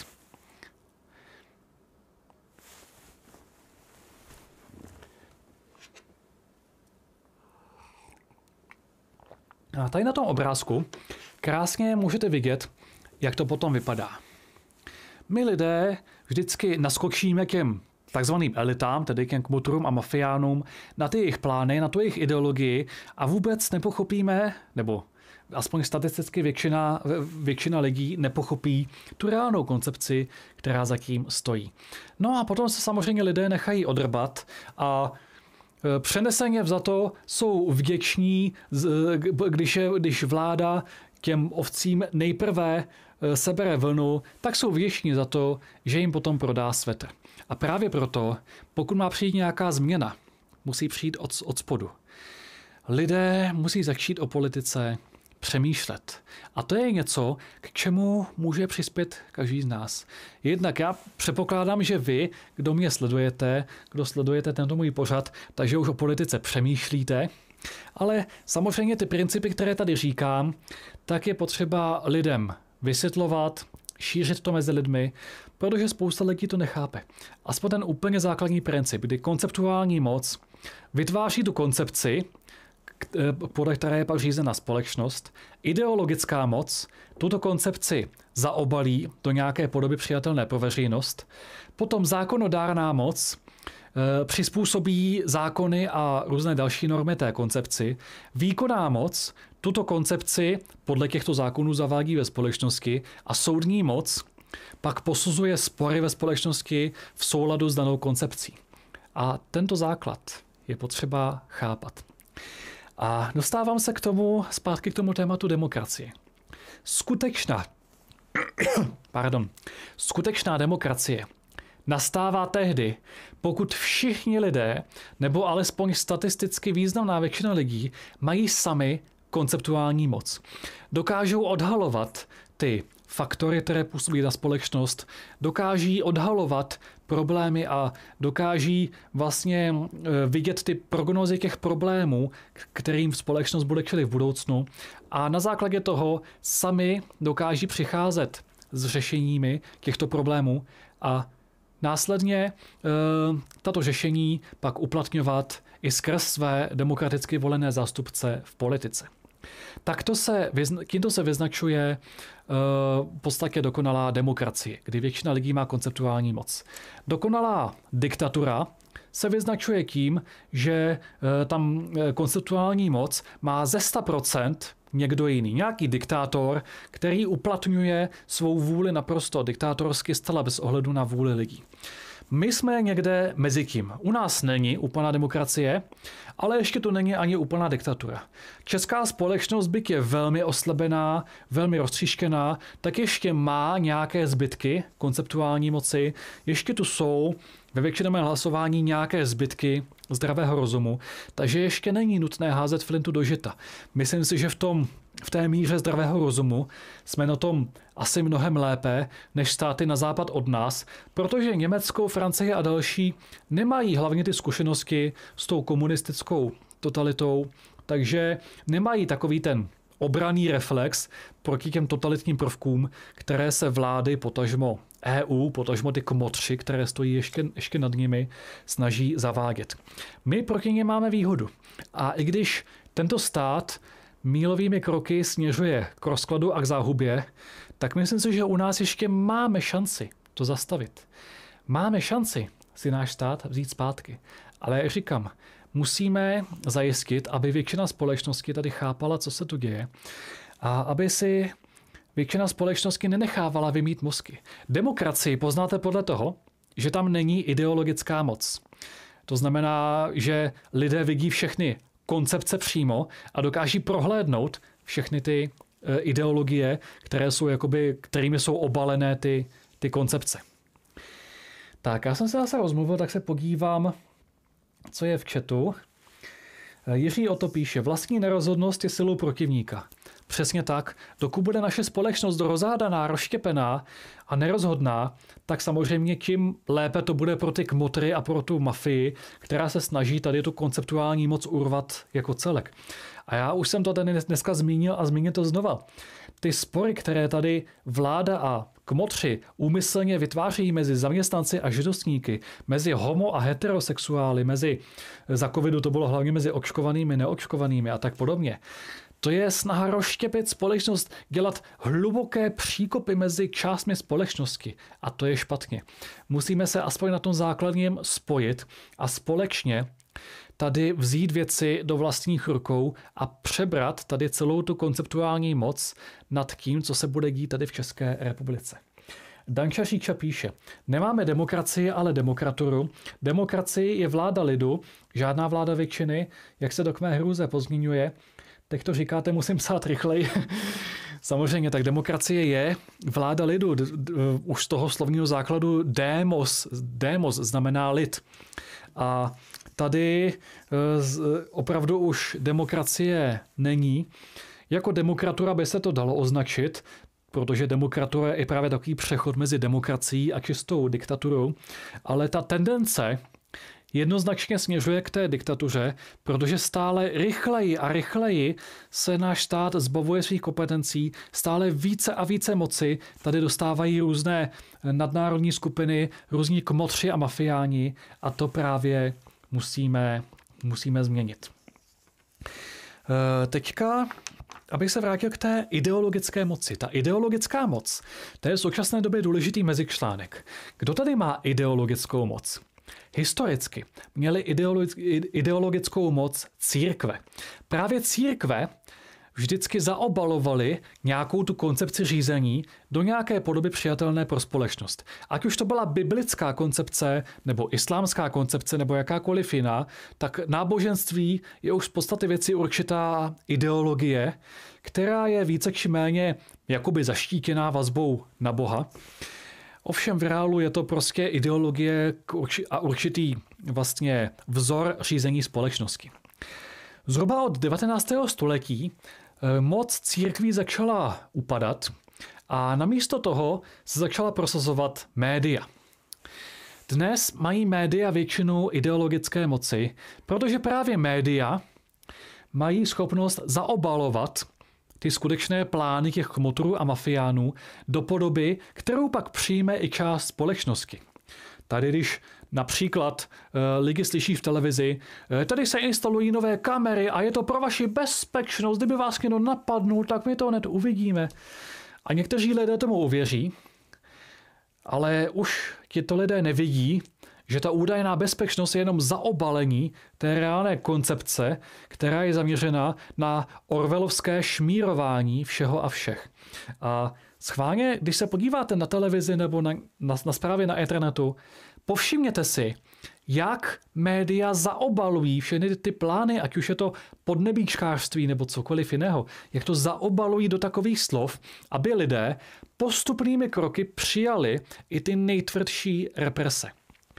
A tady na tom obrázku krásně můžete vidět, jak to potom vypadá. My lidé vždycky naskočíme k těm takzvaným elitám, tedy k těm kmotrům a mafiánům, na ty jejich plány, na tu jejich ideologii a vůbec nepochopíme, nebo aspoň statisticky většina lidí nepochopí tu reálnou koncepci, která zatím stojí. No a potom se samozřejmě lidé nechají odrbat a přeneseně vzato jsou vděční, když vláda těm ovcím nejprve sebere vlnu, tak jsou vděční za to, že jim potom prodá svetr. A právě proto, pokud má přijít nějaká změna, musí přijít od spodu. lidé musí začít o politice přemýšlet. A to je něco, k čemu může přispět každý z nás. Jednak já předpokládám, že vy, kdo mě sledujete, kdo sledujete tento můj pořad, takže už o politice přemýšlíte, ale samozřejmě ty principy, které tady říkám, tak je potřeba lidem vysvětlovat, šířit to mezi lidmi, protože spousta lidí to nechápe. Aspoň ten úplně základní princip, kdy konceptuální moc vytváří tu koncepci, podle které je pak řízena společnost, ideologická moc tuto koncepci zaobalí do nějaké podoby přijatelné pro veřejnost, potom zákonodárná moc přizpůsobí zákony a různé další normy té koncepci, výkonná moc tuto koncepci podle těchto zákonů zavádí ve společnosti a soudní moc pak posuzuje spory ve společnosti v souladu s danou koncepcí. A tento základ je potřeba chápat. A dostávám se zpátky k tomu tématu demokracie. Skutečná demokracie nastává tehdy, pokud všichni lidé, nebo alespoň statisticky významná většina lidí, mají sami konceptuální moc. Dokážou odhalovat ty faktory, které působí na společnost, dokáží odhalovat problémy a dokáží vlastně vidět ty prognózy těch problémů, kterým společnost bude čelit v budoucnu a na základě toho sami dokáží přicházet s řešeními těchto problémů a následně tato řešení pak uplatňovat i skrz své demokraticky volené zástupce v politice. Tímto se vyznačuje v podstatě dokonalá demokracie, kdy většina lidí má konceptuální moc. Dokonalá diktatura se vyznačuje tím, že tam konceptuální moc má ze 100% někdo jiný, nějaký diktátor, který uplatňuje svou vůli naprosto diktátorsky, zcela bez ohledu na vůli lidí. My jsme někde mezi tím. U nás není úplná demokracie, ale ještě to není ani úplná diktatura. Česká společnost, byť je velmi oslabená, velmi roztříštěná, tak ještě má nějaké zbytky konceptuální moci. Ještě tu jsou ve většinovém hlasování nějaké zbytky zdravého rozumu, takže ještě není nutné házet flintu do žita. Myslím si, že v té míře zdravého rozumu jsme na tom asi mnohem lépe než státy na západ od nás, protože Německo, Francie a další nemají hlavně ty zkušenosti s tou komunistickou totalitou, takže nemají takový ten obranný reflex proti těm totalitním prvkům, které se vlády, potažmo EU, potažmo ty kmotři, které stojí ještě nad nimi, snaží zavádět. My proti ně máme výhodu. A i když tento stát mílovými kroky směřuje k rozkladu a k záhubě, tak myslím si, že u nás ještě máme šanci to zastavit. Máme šanci si náš stát vzít zpátky. Ale jak říkám, musíme zajistit, aby většina společnosti tady chápala, co se tu děje a aby si většina společnosti nenechávala vymít mozky. Demokracii poznáte podle toho, že tam není ideologická moc. To znamená, že lidé vidí všechny koncepce přímo a dokáží prohlédnout všechny ty ideologie, kterými jsou obalené ty koncepce. Tak, já jsem se zase rozmluvil, tak se podívám, co je v chatu. Jiří o to píše, vlastní nerozhodnost je silou protivníka. Přesně tak, dokud bude naše společnost rozhádaná, rozštěpená a nerozhodná, tak samozřejmě tím lépe to bude pro ty kmotry a pro tu mafii, která se snaží tady tu konceptuální moc urvat jako celek. A já už jsem to tady dneska zmínil a zmíním to znova. Ty spory, které tady vláda a kmotři úmyslně vytvářejí mezi zaměstnanci a živnostníky, mezi homo a heterosexuály, za covidu to bylo hlavně mezi očkovanými, neočkovanými a tak podobně. To je snaha rozštěpit společnost, dělat hluboké příkopy mezi částmi společnosti. A to je špatně. Musíme se aspoň na tom základním spojit a společně tady vzít věci do vlastních rukou a přebrat tady celou tu konceptuální moc nad tím, co se bude dít tady v České republice. Danča Říča píše, nemáme demokracii, ale demokraturu. Demokracii je vláda lidu, žádná vláda většiny, jak se do mé hrůze pozměňuje. Teď to říkáte, musím psát rychleji. Samozřejmě, tak demokracie je vláda lidu. Už z toho slovního základu démos znamená lid. A tady opravdu už demokracie není. Jako demokratura by se to dalo označit, protože demokratura je právě takový přechod mezi demokracií a čistou diktaturou, ale ta tendence jednoznačně směřuje k té diktatuře, protože stále rychleji a rychleji se náš stát zbavuje svých kompetencí, stále více a více moci tady dostávají různé nadnárodní skupiny, různí kmotři a mafiáni a to právě musíme změnit. Teďka, abych se vrátil k té ideologické moci. Ta ideologická moc, to je v současné době důležitý mezičlánek. Kdo tady má ideologickou moc? Historicky měly ideologickou moc církve. Právě církve vždycky zaobalovaly nějakou tu koncepci řízení do nějaké podoby přijatelné pro společnost. Ať už to byla biblická koncepce, nebo islámská koncepce, nebo jakákoliv jiná, tak náboženství je už z podstaty věci určitá ideologie, která je více či méně jakoby zaštítěná vazbou na Boha. Ovšem v reálu je to prostě ideologie a určitý vlastně vzor řízení společnosti. Zhruba od 19. století moc církví začala upadat a namísto toho se začala prosazovat média. Dnes mají média většinu ideologické moci, protože právě média mají schopnost zaobalovat ty skutečné plány těch kmotrů a mafiánů do podoby, kterou pak přijme i část společnosti. Tady, když například lidi slyší v televizi, tady se instalují nové kamery a je to pro vaši bezpečnost, kdyby vás někdo napadnul, tak my to hned uvidíme. A někteří lidé tomu uvěří, ale už tito lidé nevidí, že ta údajná bezpečnost je jenom zaobalení té reálné koncepce, která je zaměřena na orwellovské šmírování všeho a všech. A schválně, když se podíváte na televizi nebo na zprávy na internetu, povšimněte si, jak média zaobalují všechny ty plány, ať už je to podnebíčkářství nebo cokoliv jiného, jak to zaobalují do takových slov, aby lidé postupnými kroky přijali i ty nejtvrdší represe.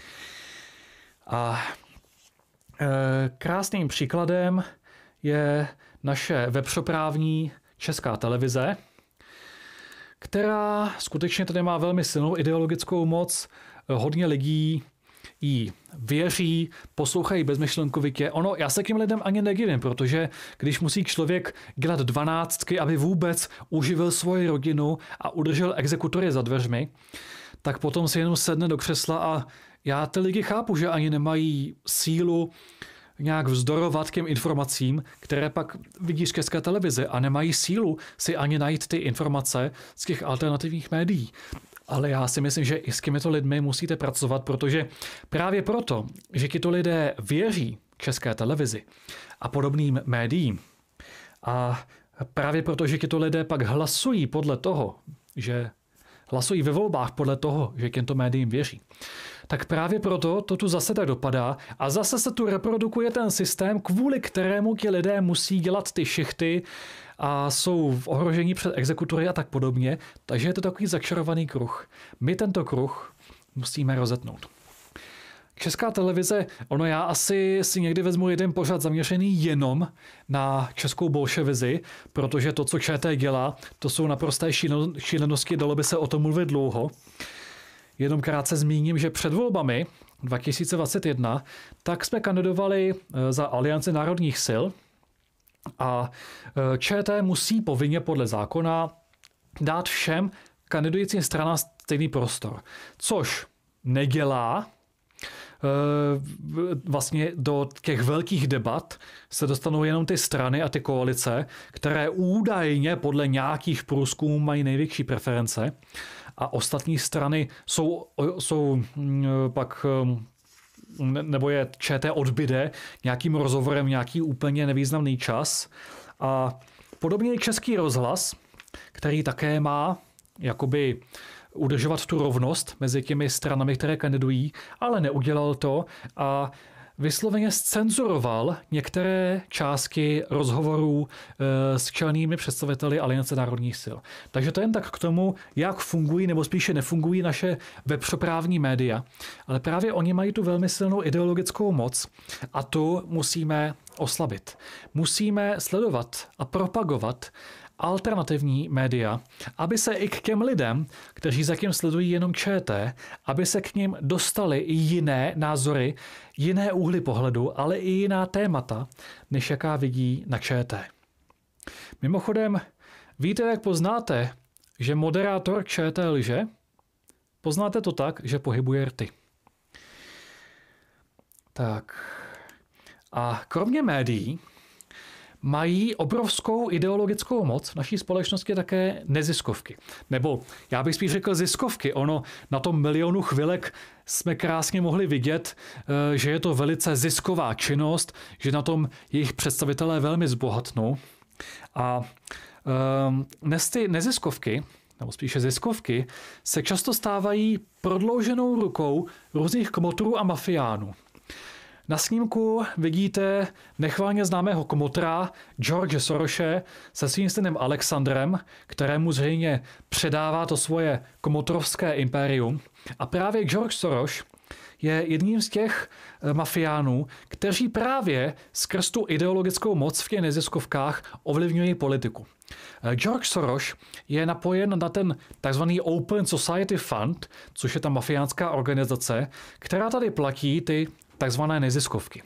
A krásným příkladem je naše webshoprávní Česká televize, která skutečně tady má velmi silnou ideologickou moc. Hodně lidí jí věří, poslouchají bezmyšlenkovitě. Já se k těm lidem ani nedivím, protože když musí člověk dělat 12, aby vůbec uživil svoji rodinu a udržel exekutory za dveřmi, tak potom si jenom sedne do křesla a já ty lidi chápu, že ani nemají sílu nějak vzdorovat těm informacím, které pak vidí z České televize a nemají sílu si ani najít ty informace z těch alternativních médií. Ale já si myslím, že i s těmito lidmi musíte pracovat, protože právě proto, že tito lidé věří České televizi a podobným médiím a právě proto, že tito lidé pak hlasují podle toho, že hlasují ve volbách podle toho, že těmto médiím věří, tak právě proto to tu zase tak dopadá a zase se tu reprodukuje ten systém, kvůli kterému ti lidé musí dělat ty šichty a jsou v ohrožení před exekutory a tak podobně. Takže je to takový začarovaný kruh. My tento kruh musíme rozetnout. Česká televize, já asi si někdy vezmu jeden pořad zaměřený jenom na českou bolševizi, protože to, co ČT dělá, to jsou naprosté šílenosti, dalo by se o tom mluvit dlouho. Jenom krátce zmíním, že před volbami 2021 tak jsme kandidovali za Alianci národních sil a ČT musí povinně podle zákona dát všem kandidujícím stranám stejný prostor, což nedělá. Vlastně do těch velkých debat se dostanou jenom ty strany a ty koalice, které údajně podle nějakých průzkumů mají největší preference a ostatní strany jsou pak nebo je ČT odbyde nějakým rozhovorem nějaký úplně nevýznamný čas. A podobně i Český rozhlas, který také má jakoby udržovat tu rovnost mezi těmi stranami, které kandidují, ale neudělal to a vysloveně zcenzuroval některé částky rozhovorů s čelnými představiteli Aliance národních sil. Takže to jen tak k tomu, jak fungují nebo spíše nefungují naše webšoprávní média. Ale právě oni mají tu velmi silnou ideologickou moc a tu musíme oslabit. Musíme sledovat a propagovat alternativní média, aby se i k těm lidem, kteří zatím sledují jenom ČT, aby se k ním dostaly i jiné názory, jiné úhly pohledu, ale i jiná témata, než jaká vidí na ČT. Mimochodem, víte, jak poznáte, že moderátor ČT lže? Poznáte to tak, že pohybuje rty. Tak. A kromě médií mají obrovskou ideologickou moc v naší společnosti také neziskovky. Nebo já bych spíš řekl ziskovky. Ono na tom milionu chvilek jsme krásně mohli vidět, že je to velice zisková činnost, že na tom jejich představitelé velmi zbohatnou. A dnes ty neziskovky, nebo spíše ziskovky, se často stávají prodlouženou rukou různých kmotrů a mafiánů. Na snímku vidíte nechválně známého kmotra George Sorose se svým synem Alexandrem, kterému zřejmě předává to svoje kmotrovské impérium. A právě George Soros je jedním z těch mafiánů, kteří právě skrz tu ideologickou moc v těch neziskovkách ovlivňují politiku. George Soros je napojen na ten takzvaný Open Society Fund, což je ta mafiánská organizace, která tady platí ty takzvané neziskovky.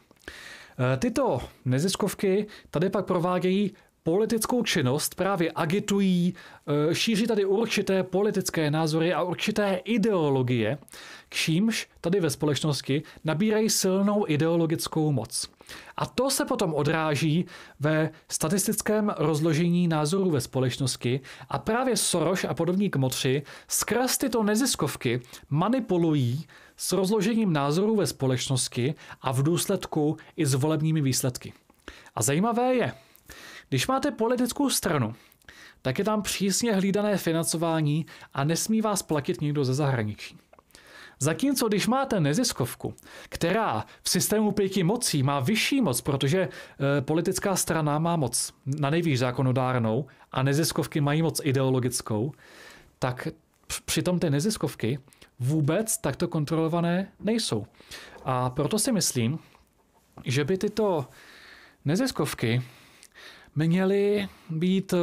Tyto neziskovky tady pak provádějí politickou činnost, právě agitují, šíří tady určité politické názory a určité ideologie, čímž tady ve společnosti nabírají silnou ideologickou moc. A to se potom odráží ve statistickém rozložení názorů ve společnosti a právě Soros a podobní kmotři skrz tyto neziskovky manipulují s rozložením názorů ve společnosti a v důsledku i s volebními výsledky. A zajímavé je, když máte politickou stranu, tak je tam přísně hlídané financování a nesmí vás platit někdo ze zahraničí. Zatímco když máte neziskovku, která v systému pěti mocí má vyšší moc, protože politická strana má moc na nejvýš zákonodárnou a neziskovky mají moc ideologickou, tak přitom ty neziskovky vůbec takto kontrolované nejsou. A proto si myslím, že by tyto neziskovky měly být,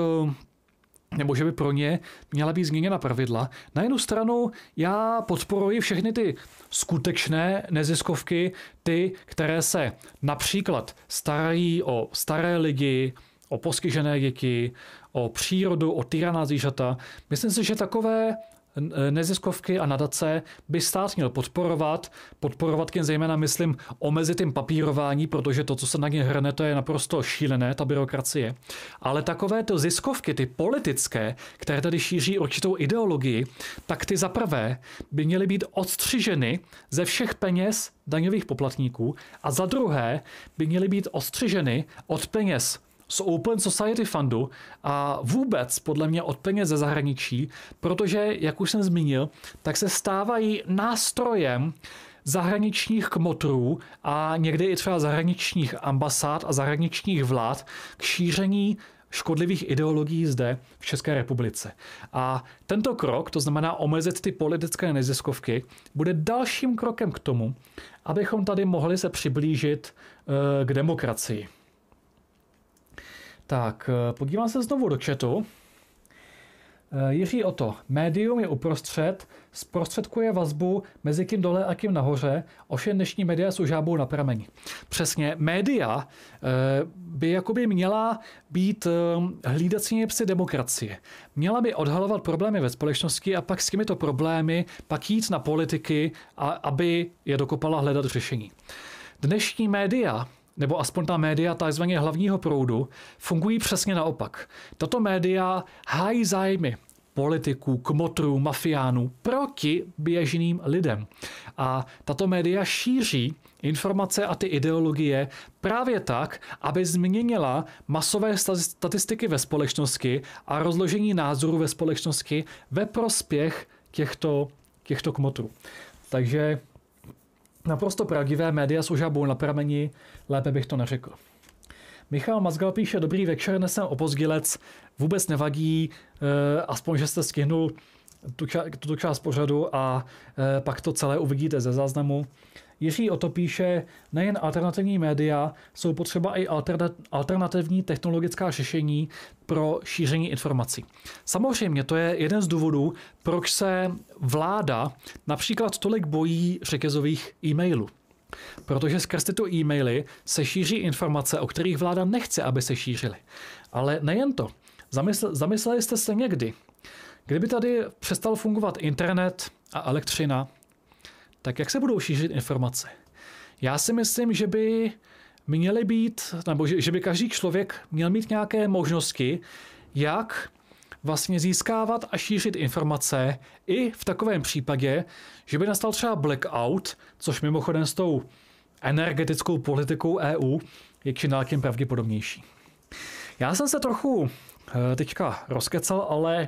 nebo že by pro ně měla být změněna pravidla. Na jednu stranu já podporuji všechny ty skutečné neziskovky, ty, které se například starají o staré lidi, o postižené děti, o přírodu, o tyranná zvířata. Myslím si, že takové neziskovky a nadace by stát měl podporovat jen zejména, myslím, omezit tím papírování, protože to, co se na ně hrne, to je naprosto šílené, ta byrokracie. Ale takovéto ziskovky, ty politické, které tady šíří určitou ideologii, tak ty zaprvé by měly být odstřiženy ze všech peněz daňových poplatníků a za druhé by měly být odstřiženy od peněz z Open Society Fundu a vůbec podle mě od peněz ze zahraničí, protože, jak už jsem zmínil, tak se stávají nástrojem zahraničních kmotrů a někdy i třeba zahraničních ambasád a zahraničních vlád k šíření škodlivých ideologií zde v České republice. A tento krok, to znamená omezit ty politické neziskovky, bude dalším krokem k tomu, abychom tady mohli se přiblížit k demokracii. Tak, podívám se znovu do chatu. Jiří Oto. Médium je uprostřed, zprostředkuje vazbu mezi kým dole a kým nahoře, ovšem dnešní média jsou žábou na prameni. Přesně, média by jakoby měla být hlídacími psy demokracie. Měla by odhalovat problémy ve společnosti a pak s těmito problémy pak jít na politiky, aby je dokopala hledat řešení. Dnešní média, nebo aspoň ta média takzvaně hlavního proudu, fungují přesně naopak. Tato média hájí zájmy politiků, kmotrů, mafiánů proti běžným lidem. A tato média šíří informace a ty ideologie právě tak, aby změnila masové statistiky ve společnosti a rozložení názorů ve společnosti ve prospěch těchto kmotrů. Takže naprosto pravdivé média s užabou na prameni, lépe bych to neřekl. Michal Mazgal píše, dobrý večer, nesem opozdělec, vůbec nevadí, aspoň, že jste stihnul tuto část pořadu a pak to celé uvidíte ze záznamu. Jiří Oto píše, nejen alternativní média, jsou potřeba i alternativní technologická řešení pro šíření informací. Samozřejmě to je jeden z důvodů, proč se vláda například tolik bojí řetězových e-mailů. Protože skrz tyto e-maily se šíří informace, o kterých vláda nechce, aby se šířily. Ale nejen to. Zamysleli jste se někdy, kdyby tady přestal fungovat internet a elektřina, tak jak se budou šířit informace? Já si myslím, že by měly být, nebo že by každý člověk měl mít nějaké možnosti, jak vlastně získávat a šířit informace i v takovém případě, že by nastal třeba blackout, což mimochodem s tou energetickou politikou EU je čím dál tím pravděpodobnější. Já jsem se trochu teďka rozkecal,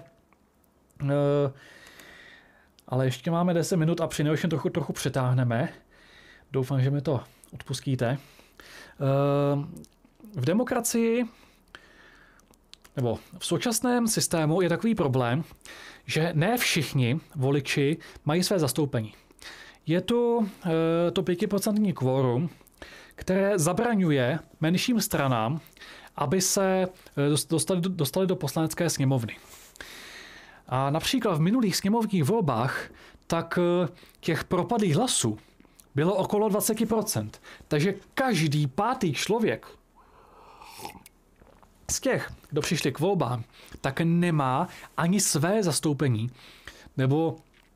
ale ještě máme 10 minut a přinejmenším trochu přetáhneme. Doufám, že mi to odpustíte. V demokracii nebo v současném systému je takový problém, že ne všichni voliči mají své zastoupení. Je tu to 5% kvórum, které zabraňuje menším stranám, aby se dostali do poslanecké sněmovny. A například v minulých sněmovních volbách tak těch propadlých hlasů bylo okolo 20%. Takže každý pátý člověk z těch, kdo přišli k volbám, tak nemá ani své zastoupení, nebo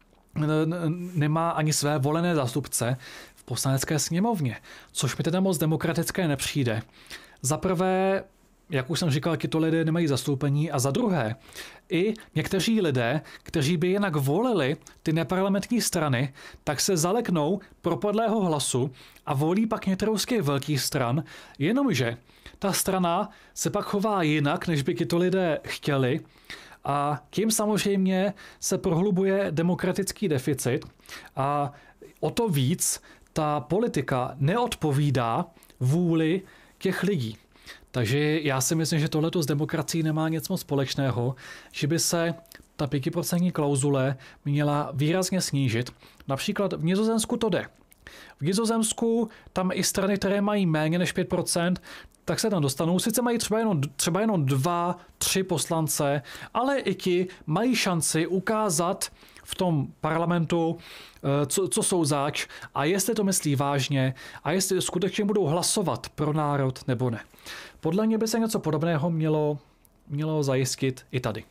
nemá ani své volené zástupce v poslanecké sněmovně, což mi teda moc demokratické nepřijde. Za prvé, jak už jsem říkal, tyto lidé nemají zastoupení a za druhé, i někteří lidé, kteří by jinak volili ty neparlamentní strany, tak se zaleknou propadlého hlasu a volí pak některou z těch velkých stran, jenomže ta strana se pak chová jinak, než by tyto lidé chtěli a tím samozřejmě se prohlubuje demokratický deficit a o to víc ta politika neodpovídá vůli těch lidí. Takže já si myslím, že tohleto s demokracií nemá nic moc společného, že by se ta 5% klauzule měla výrazně snížit. Například v Nizozemsku to jde. V Nizozemsku tam i strany, které mají méně než 5%, tak se tam dostanou. Sice mají třeba jenom 2-3 poslance, ale i ti mají šanci ukázat v tom parlamentu, co jsou zač a jestli to myslí vážně a jestli skutečně budou hlasovat pro národ nebo ne. Podle mě by se něco podobného mělo zajistit i tady.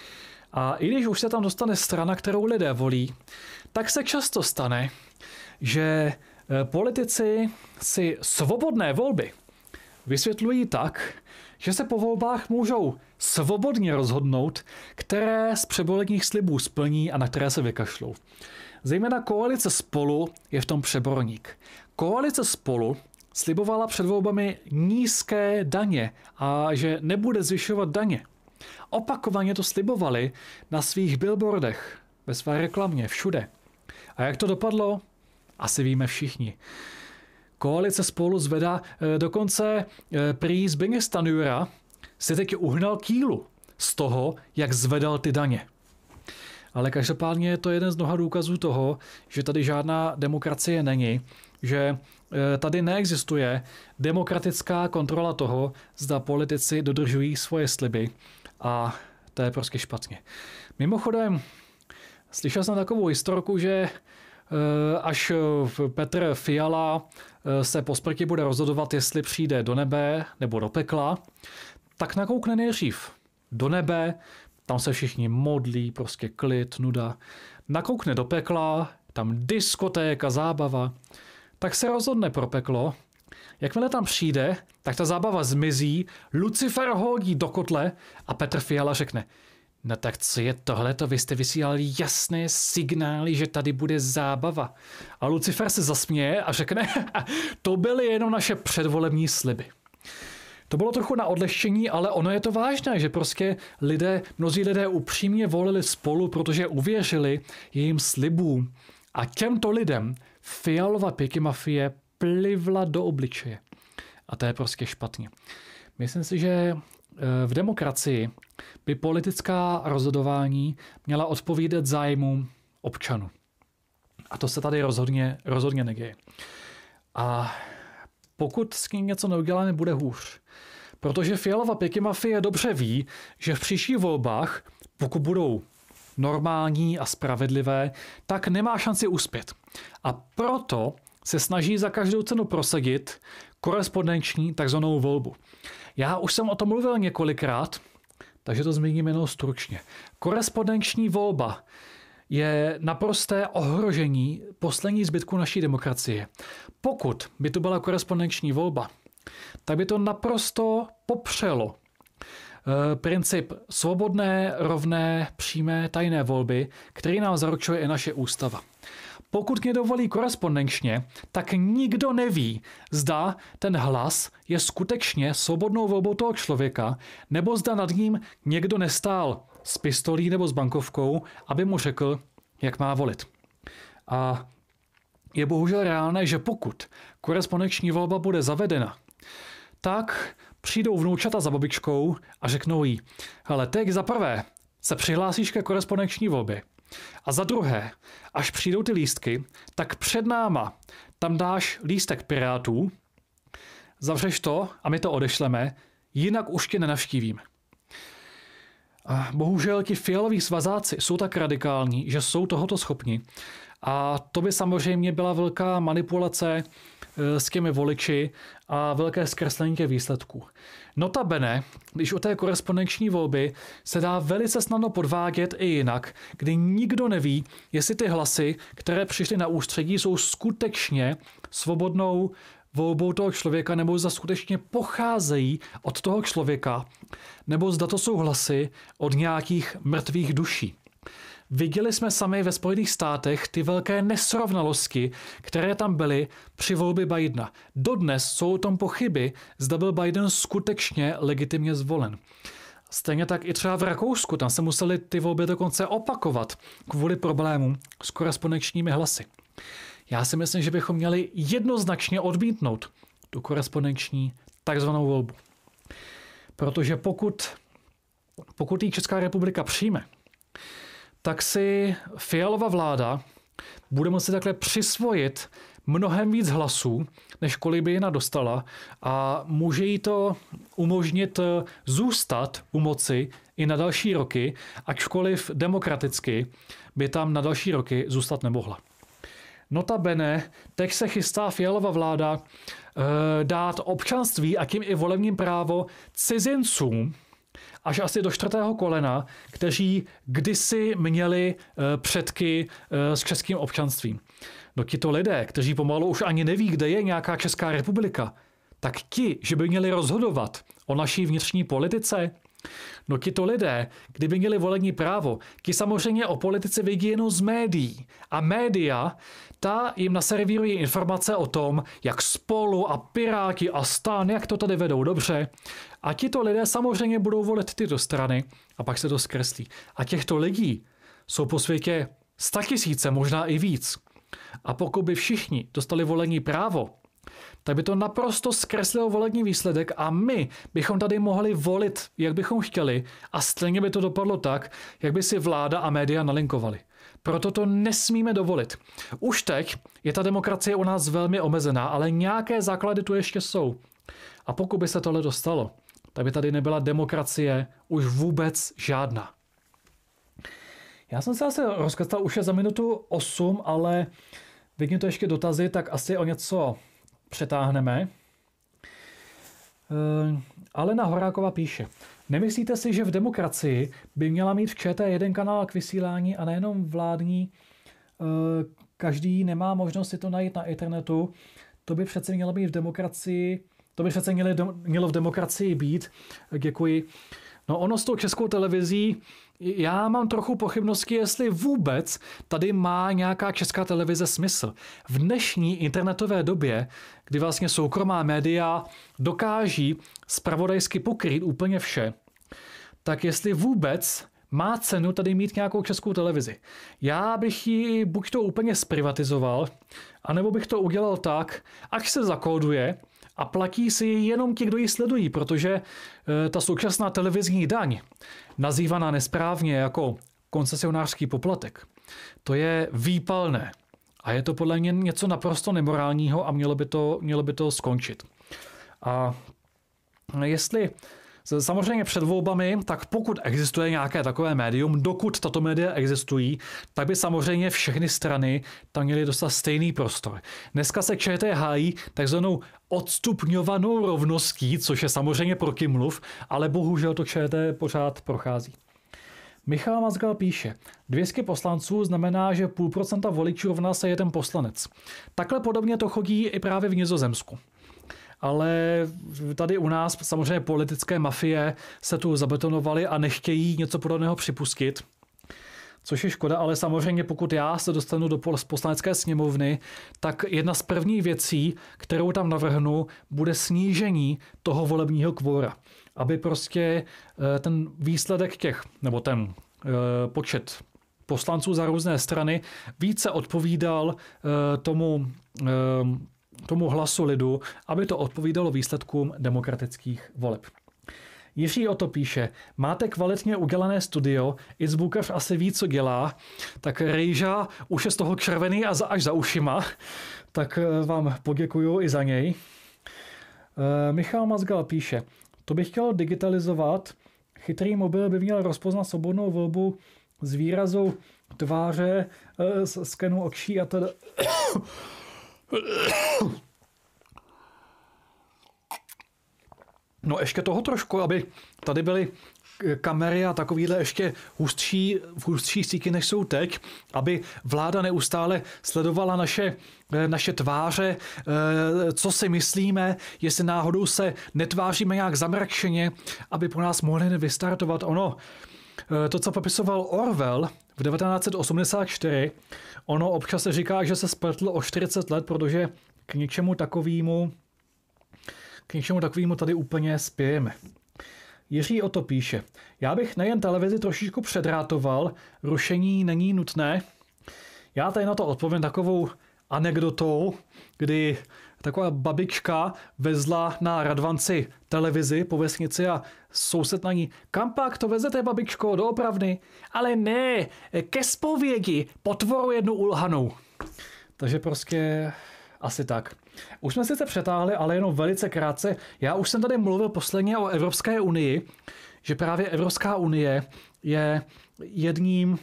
A i když už se tam dostane strana, kterou lidé volí, tak se často stane, že politici si svobodné volby vysvětlují tak, že se po volbách můžou svobodně rozhodnout, které z předvolebních slibů splní a na které se vykašlou. Zejména koalice Spolu je v tom přeborník. Koalice Spolu slibovala před volbami nízké daně a že nebude zvyšovat daně. Opakovaně to slibovali na svých billboardech, ve své reklamě, všude. A jak to dopadlo? Asi víme všichni. Koalice Spolu zvedá, dokonce prý Zbyněk Stanjura si teď uhnal kýlu z toho, jak zvedal ty daně. Ale každopádně je to jeden z mnoha důkazů toho, že tady žádná demokracie není, že tady neexistuje demokratická kontrola toho, zda politici dodržují svoje sliby a to je prostě špatně. Mimochodem, slyšel jsem takovou historku, že až Petr Fiala se po smrti bude rozhodovat, jestli přijde do nebe nebo do pekla, tak nakoukne nejdřív do nebe, tam se všichni modlí, prostě klid, nuda. Nakoukne do pekla, tam diskotéka, zábava, tak se rozhodne pro peklo. Jakmile tam přijde, tak ta zábava zmizí, Lucifer ho hodí do kotle a Petr Fiala řekne: no tak co je tohleto, vy jste vysílali jasné signály, že tady bude zábava. A Lucifer se zasměje a řekne: to byly jenom naše předvolební sliby. To bylo trochu na odlehčení, ale ono je to vážné, že prostě mnozí lidé upřímně volili Spolu, protože uvěřili jejím slibům. A těmto lidem Fialova pěkymafie plivla do obličeje. A to je prostě špatně. Myslím si, že v demokracii by politická rozhodování měla odpovídat zájmům občanů. A to se tady rozhodně neděje. A pokud s tím něco neuděláme, bude hůř. Protože Fialova pěkymafie dobře ví, že v příštích volbách, pokud budou normální a spravedlivé, tak nemá šanci uspět. A proto se snaží za každou cenu prosadit korespondenční takzvanou volbu. Já už jsem o tom mluvil několikrát, takže to zmíním jenom stručně. Korespondenční volba je naprosté ohrožení poslední zbytku naší demokracie. Pokud by to byla korespondenční volba, tak by to naprosto popřelo princip svobodné, rovné, přímé, tajné volby, který nám zaručuje i naše ústava. Pokud mě dovolí korespondenčně, tak nikdo neví, zda ten hlas je skutečně svobodnou volbou toho člověka, nebo zda nad ním někdo nestál s pistolí nebo s bankovkou, aby mu řekl, jak má volit. A je bohužel reálné, že pokud korespondenční volba bude zavedena, tak přijdou vnoučata za babičkou a řeknou jí, hele, teď za prvé se přihlásíš ke korespondenční volbě a za druhé, až přijdou ty lístky, tak před náma tam dáš lístek Pirátů, zavřeš to a my to odešleme, jinak už tě nenavštívíme. A bohužel ti fialoví svazáci jsou tak radikální, že jsou tohoto schopni. A to by samozřejmě byla velká manipulace s těmi voliči a velké zkreslení těch výsledků. Notabene, když u té korespondenční volby se dá velice snadno podvádět i jinak, kdy nikdo neví, jestli ty hlasy, které přišly na ústředí, jsou skutečně svobodnou volbou toho člověka, nebo zda skutečně pocházejí od toho člověka, nebo zda to jsou hlasy od nějakých mrtvých duší. Viděli jsme sami ve Spojených státech ty velké nesrovnalosti, které tam byly při volbě Bidena. Dodnes jsou o tom pochyby, zda byl Biden skutečně legitimně zvolen. Stejně tak i třeba v Rakousku, tam se museli ty volby dokonce opakovat kvůli problémům s korespondenčními hlasy. Já si myslím, že bychom měli jednoznačně odmítnout tu korespondenční takzvanou volbu. Protože pokud ji Česká republika přijme, tak si Fialova vláda bude muset takhle přisvojit mnohem víc hlasů, než kolik by jinak dostala, a může jí to umožnit zůstat u moci i na další roky, ačkoliv demokraticky by tam na další roky zůstat nemohla. Notabene, teď se chystá Fialova vláda dát občanství a tím i volební právo cizincům až asi do 4. kolena, kteří kdysi měli předky s českým občanstvím. No tito lidé, kteří pomalu už ani neví, kde je nějaká Česká republika, tak ti, že by měli rozhodovat o naší vnitřní politice, no tito lidé, kdyby měli volební právo, ti samozřejmě o politice vědí jenom z médií. A média, ta jim naservírují informace o tom, jak Spolu a Piráti a STAN, jak to tady vedou dobře. A tito lidé samozřejmě budou volit tyto strany a pak se to zkreslí. A těchto lidí jsou po světě 100 000, možná i víc. A pokud by všichni dostali volební právo, tak by to naprosto zkreslilo volební výsledek a my bychom tady mohli volit, jak bychom chtěli, a stejně by to dopadlo tak, jak by si vláda a média nalinkovali. Proto to nesmíme dovolit. Už teď je ta demokracie u nás velmi omezená, ale nějaké základy tu ještě jsou. A pokud by se tohle dostalo, tak by tady nebyla demokracie už vůbec žádná. Já jsem se asi rozkazal už je za minutu 8, ale vidím to ještě dotazy, tak asi o něco přetáhneme. Alena Horáková píše: Nemyslíte si, že v demokracii by měla mít v ČT jeden kanál k vysílání a nejenom vládní? Každý nemá možnost si to najít na internetu. To by přece mělo být v demokracii. To by přece mělo v demokracii být. Děkuji. No ono s tou Českou televizí, já mám trochu pochybnosti, jestli vůbec tady má nějaká Česká televize smysl. V dnešní internetové době, kdy vlastně soukromá média dokáží zpravodajsky pokrýt úplně vše, tak jestli vůbec má cenu tady mít nějakou českou televizi. Já bych ji buď to úplně zprivatizoval, anebo bych to udělal tak, až se zakóduje a platí si ji jenom ti, kdo ji sledují, protože ta současná televizní daň, nazývaná nesprávně jako koncesionářský poplatek, to je výpalné. A je to podle mě něco naprosto nemorálního a mělo by to skončit. A jestli samozřejmě před volbami, tak pokud existuje nějaké takové médium, dokud tato média existují, tak by samozřejmě všechny strany tam měly dostat stejný prostor. Dneska se ČT hájí takzvanou odstupňovanou rovností, což je samozřejmě prokymluv, ale bohužel to ČT pořád prochází. Michal Mazgal píše, 200 poslanců znamená, že 0,5% voličů rovná se jeden poslanec. Takhle podobně to chodí i právě v Nizozemsku. Ale tady u nás samozřejmě politické mafie se tu zabetonovaly a nechtějí něco podobného připustit. Což je škoda, ale samozřejmě pokud já se dostanu do poslanecké sněmovny, tak jedna z prvních věcí, kterou tam navrhnu, bude snížení toho volebního kvóra. Aby prostě ten výsledek nebo ten počet poslanců za různé strany více odpovídal tomu hlasu lidu, aby to odpovídalo výsledkům demokratických voleb. Jiří o to píše, máte kvalitně udělané studio, i zvukař asi ví, co dělá, tak Rejža už je z toho červený a až za ušima, tak vám poděkuju i za něj. Michal Mazgal píše, to bych chtěl digitalizovat, chytrý mobil by měl rozpoznat svobodnou volbu z výrazu tváře, skenu očí a teda... No ještě toho trošku, aby tady byly kamery a takovýhle ještě hustší síky, než jsou teď, aby vláda neustále sledovala naše tváře, co si myslíme, jestli náhodou se netváříme nějak zamračeně, aby po nás mohli vystartovat ono. To, co popisoval Orwell v 1984, ono občas se říká, že se spletl o 40 let, protože k něčemu takovému tady úplně spějeme. Jiří o to píše. Já bych nejen televizi trošičku předrátoval, rušení není nutné. Já tady na to odpovím takovou anekdotou, kdy taková babička vezla na Radvanci televizi po vesnici a soused na ní. Kam pak to vezete, babičko, doopravdy? Ale ne, ke zpovědi, potvoru jednu ulhanou. Takže prostě asi tak. Už jsme sice přetáhli, ale jenom velice krátce. Já už jsem tady mluvil posledně o Evropské unii, že právě Evropská unie je jednou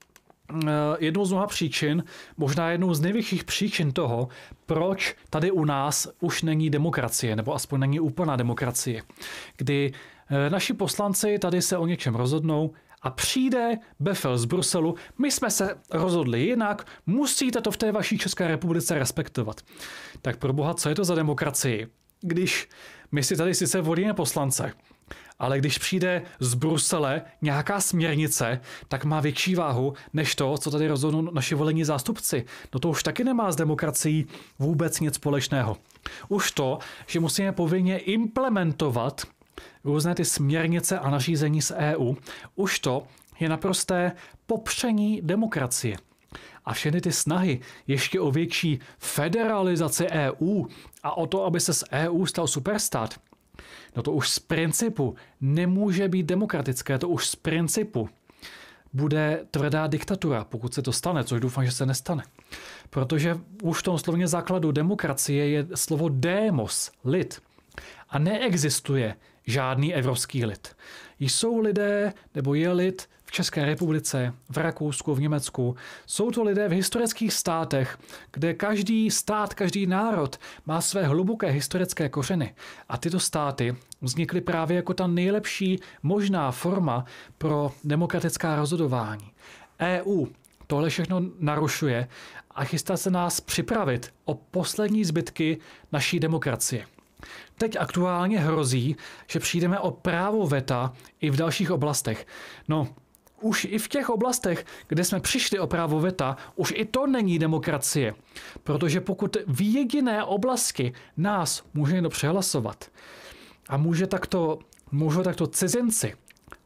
z mnoha příčin, možná jednou z největších příčin toho, proč tady u nás už není demokracie, nebo aspoň není úplná demokracie. Kdy naši poslanci tady se o něčem rozhodnou a přijde befel z Bruselu, my jsme se rozhodli jinak, musíte to v té vaší České republice respektovat. Tak pro boha, co je to za demokracii? Když my si tady sice volíme poslance, ale když přijde z Brusele nějaká směrnice, tak má větší váhu než to, co tady rozhodnou naši volení zástupci. No to už taky nemá s demokracií vůbec nic společného. Už to, že musíme povinně implementovat různé ty směrnice a nařízení z EU, už to je naprosté popření demokracie. A všechny ty snahy ještě o větší federalizaci EU a o to, aby se z EU stal superstát, no to už z principu nemůže být demokratické, to už z principu bude tvrdá diktatura, pokud se to stane, což doufám, že se nestane. Protože už v tom slovně základu demokracie je slovo démos, lid. A neexistuje žádný evropský lid. Jsou lidé, nebo je lid v České republice, v Rakousku, v Německu. Jsou to lidé v historických státech, kde každý stát, každý národ má své hluboké historické kořeny. A tyto státy vznikly právě jako ta nejlepší možná forma pro demokratická rozhodování. EU tohle všechno narušuje a chystá se nás připravit o poslední zbytky naší demokracie. Teď aktuálně hrozí, že přijdeme o právo veta i v dalších oblastech. No, už i v těch oblastech, kde jsme přišli o právo veta, už i to není demokracie. Protože pokud v jediné oblasti nás může někdo přehlasovat a můžou takto cizinci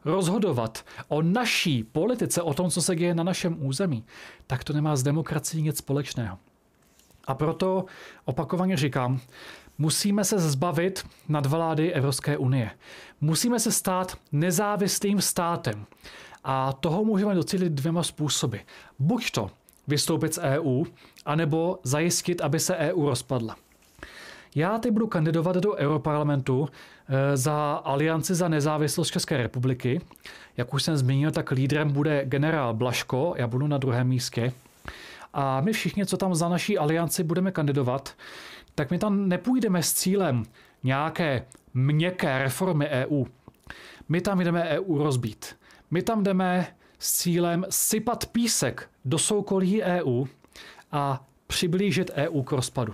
rozhodovat o naší politice, o tom, co se děje na našem území, tak to nemá s demokracií nic společného. A proto opakovaně říkám, musíme se zbavit nadvlády Evropské unie. Musíme se stát nezávislým státem. A toho můžeme docílit dvěma způsoby. Buď to vystoupit z EU, anebo zajistit, aby se EU rozpadla. Já teď budu kandidovat do Europarlamentu za Alianci za nezávislost České republiky. Jak už jsem zmínil, tak lídrem bude generál Blažko, já budu na druhém místě. A my všichni, co tam za naší alianci budeme kandidovat, tak my tam nepůjdeme s cílem nějaké měkké reformy EU. My tam jdeme EU rozbít. My tam jdeme s cílem sypat písek do soukolí EU a přiblížit EU k rozpadu.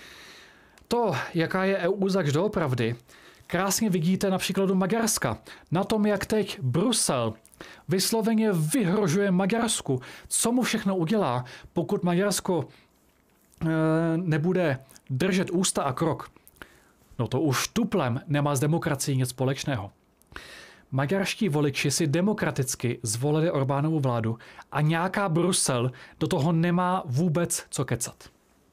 To, jaká je EU zač doopravdy, krásně vidíte na příkladu Maďarska. Na tom, jak teď Brusel vysloveně vyhrožuje Maďarsku, co mu všechno udělá, pokud Maďarsko nebude držet ústa a krok. No to už tuplem nemá s demokracií nic společného. Maďarští voliči si demokraticky zvolili Orbánovu vládu a nějaká Brusel do toho nemá vůbec co kecat.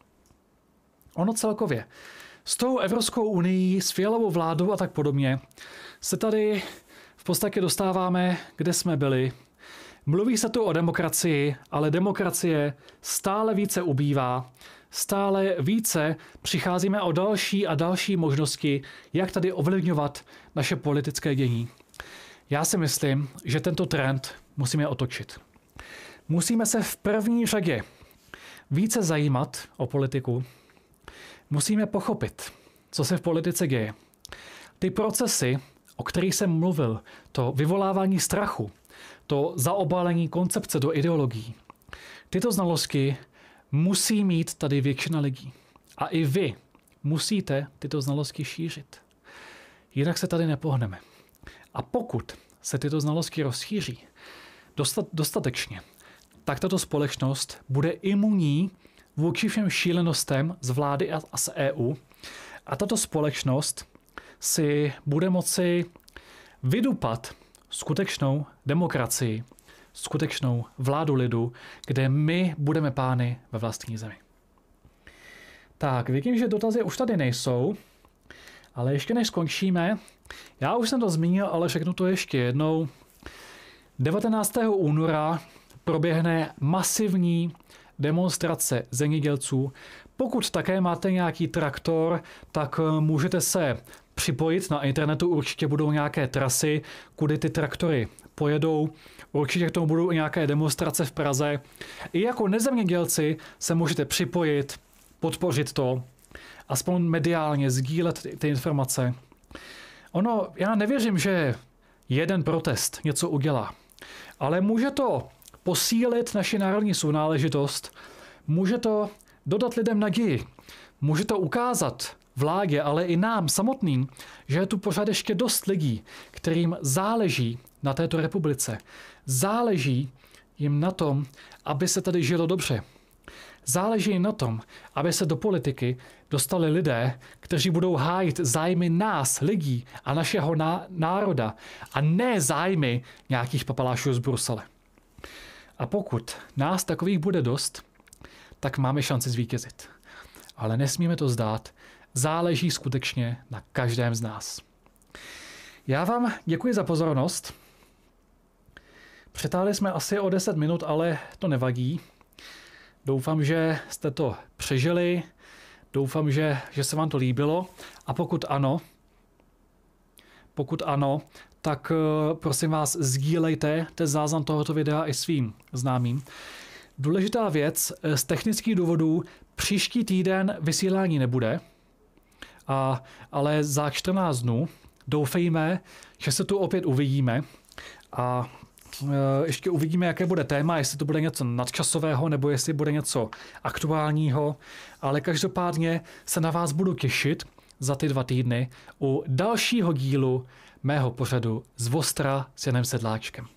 Ono celkově. S tou Evropskou unií, s Fialovou vládou a tak podobně se tady v podstatě dostáváme, kde jsme byli. Mluví se tu o demokracii, ale demokracie stále více ubývá, stále více přicházíme o další a další možnosti, jak tady ovlivňovat naše politické dění. Já si myslím, že tento trend musíme otočit. Musíme se v první řadě více zajímat o politiku. Musíme pochopit, co se v politice děje. Ty procesy, o kterých jsem mluvil, to vyvolávání strachu, to zaobalení koncepce do ideologií, tyto znalosti musí mít tady většina lidí. A i vy musíte tyto znalosti šířit. Jinak se tady nepohneme. A pokud se tyto znalosti rozšíří dostatečně, tak tato společnost bude imunní vůči všem šílenostem z vlády a z EU. A tato společnost si bude moci vydupat skutečnou demokracii, skutečnou vládu lidu, kde my budeme pány ve vlastní zemi. Tak, vidím, že dotazy už tady nejsou, ale ještě než skončíme, já už jsem to zmínil, ale řeknu to ještě jednou. 19. února proběhne masivní demonstrace zemědělců. Pokud také máte nějaký traktor, tak můžete se připojit na internetu. Určitě budou nějaké trasy, kudy ty traktory pojedou. Určitě k tomu budou nějaké demonstrace v Praze. I jako nezemědělci se můžete připojit, podpořit to, aspoň mediálně sdílet ty informace. Já nevěřím, že jeden protest něco udělá, ale může to posílit naši národní sounáležitost, může to dodat lidem naději, může to ukázat vládě, ale i nám samotným, že je tu pořád ještě dost lidí, kterým záleží na této republice. Záleží jim na tom, aby se tady žilo dobře. Záleží jim na tom, aby se do politiky dostali lidé, kteří budou hájit zájmy nás, lidí a našeho národa a ne zájmy nějakých papalášů z Brusele. A pokud nás takových bude dost, tak máme šanci zvítězit. Ale nesmíme to zdát, záleží skutečně na každém z nás. Já vám děkuji za pozornost. Přetáhli jsme asi o 10 minut, ale to nevadí. Doufám, že jste to přežili, doufám, že se vám to líbilo a pokud ano, tak prosím vás sdílejte ten záznam tohoto videa i svým známým. Důležitá věc, z technických důvodů příští týden vysílání nebude, ale za 14 dnů doufejme, že se tu opět uvidíme a ještě uvidíme, jaké bude téma, jestli to bude něco nadčasového nebo jestli bude něco aktuálního, ale každopádně se na vás budu těšit za ty 2 týdny u dalšího dílu mého pořadu Z Ostra s Janem Sedláčkem.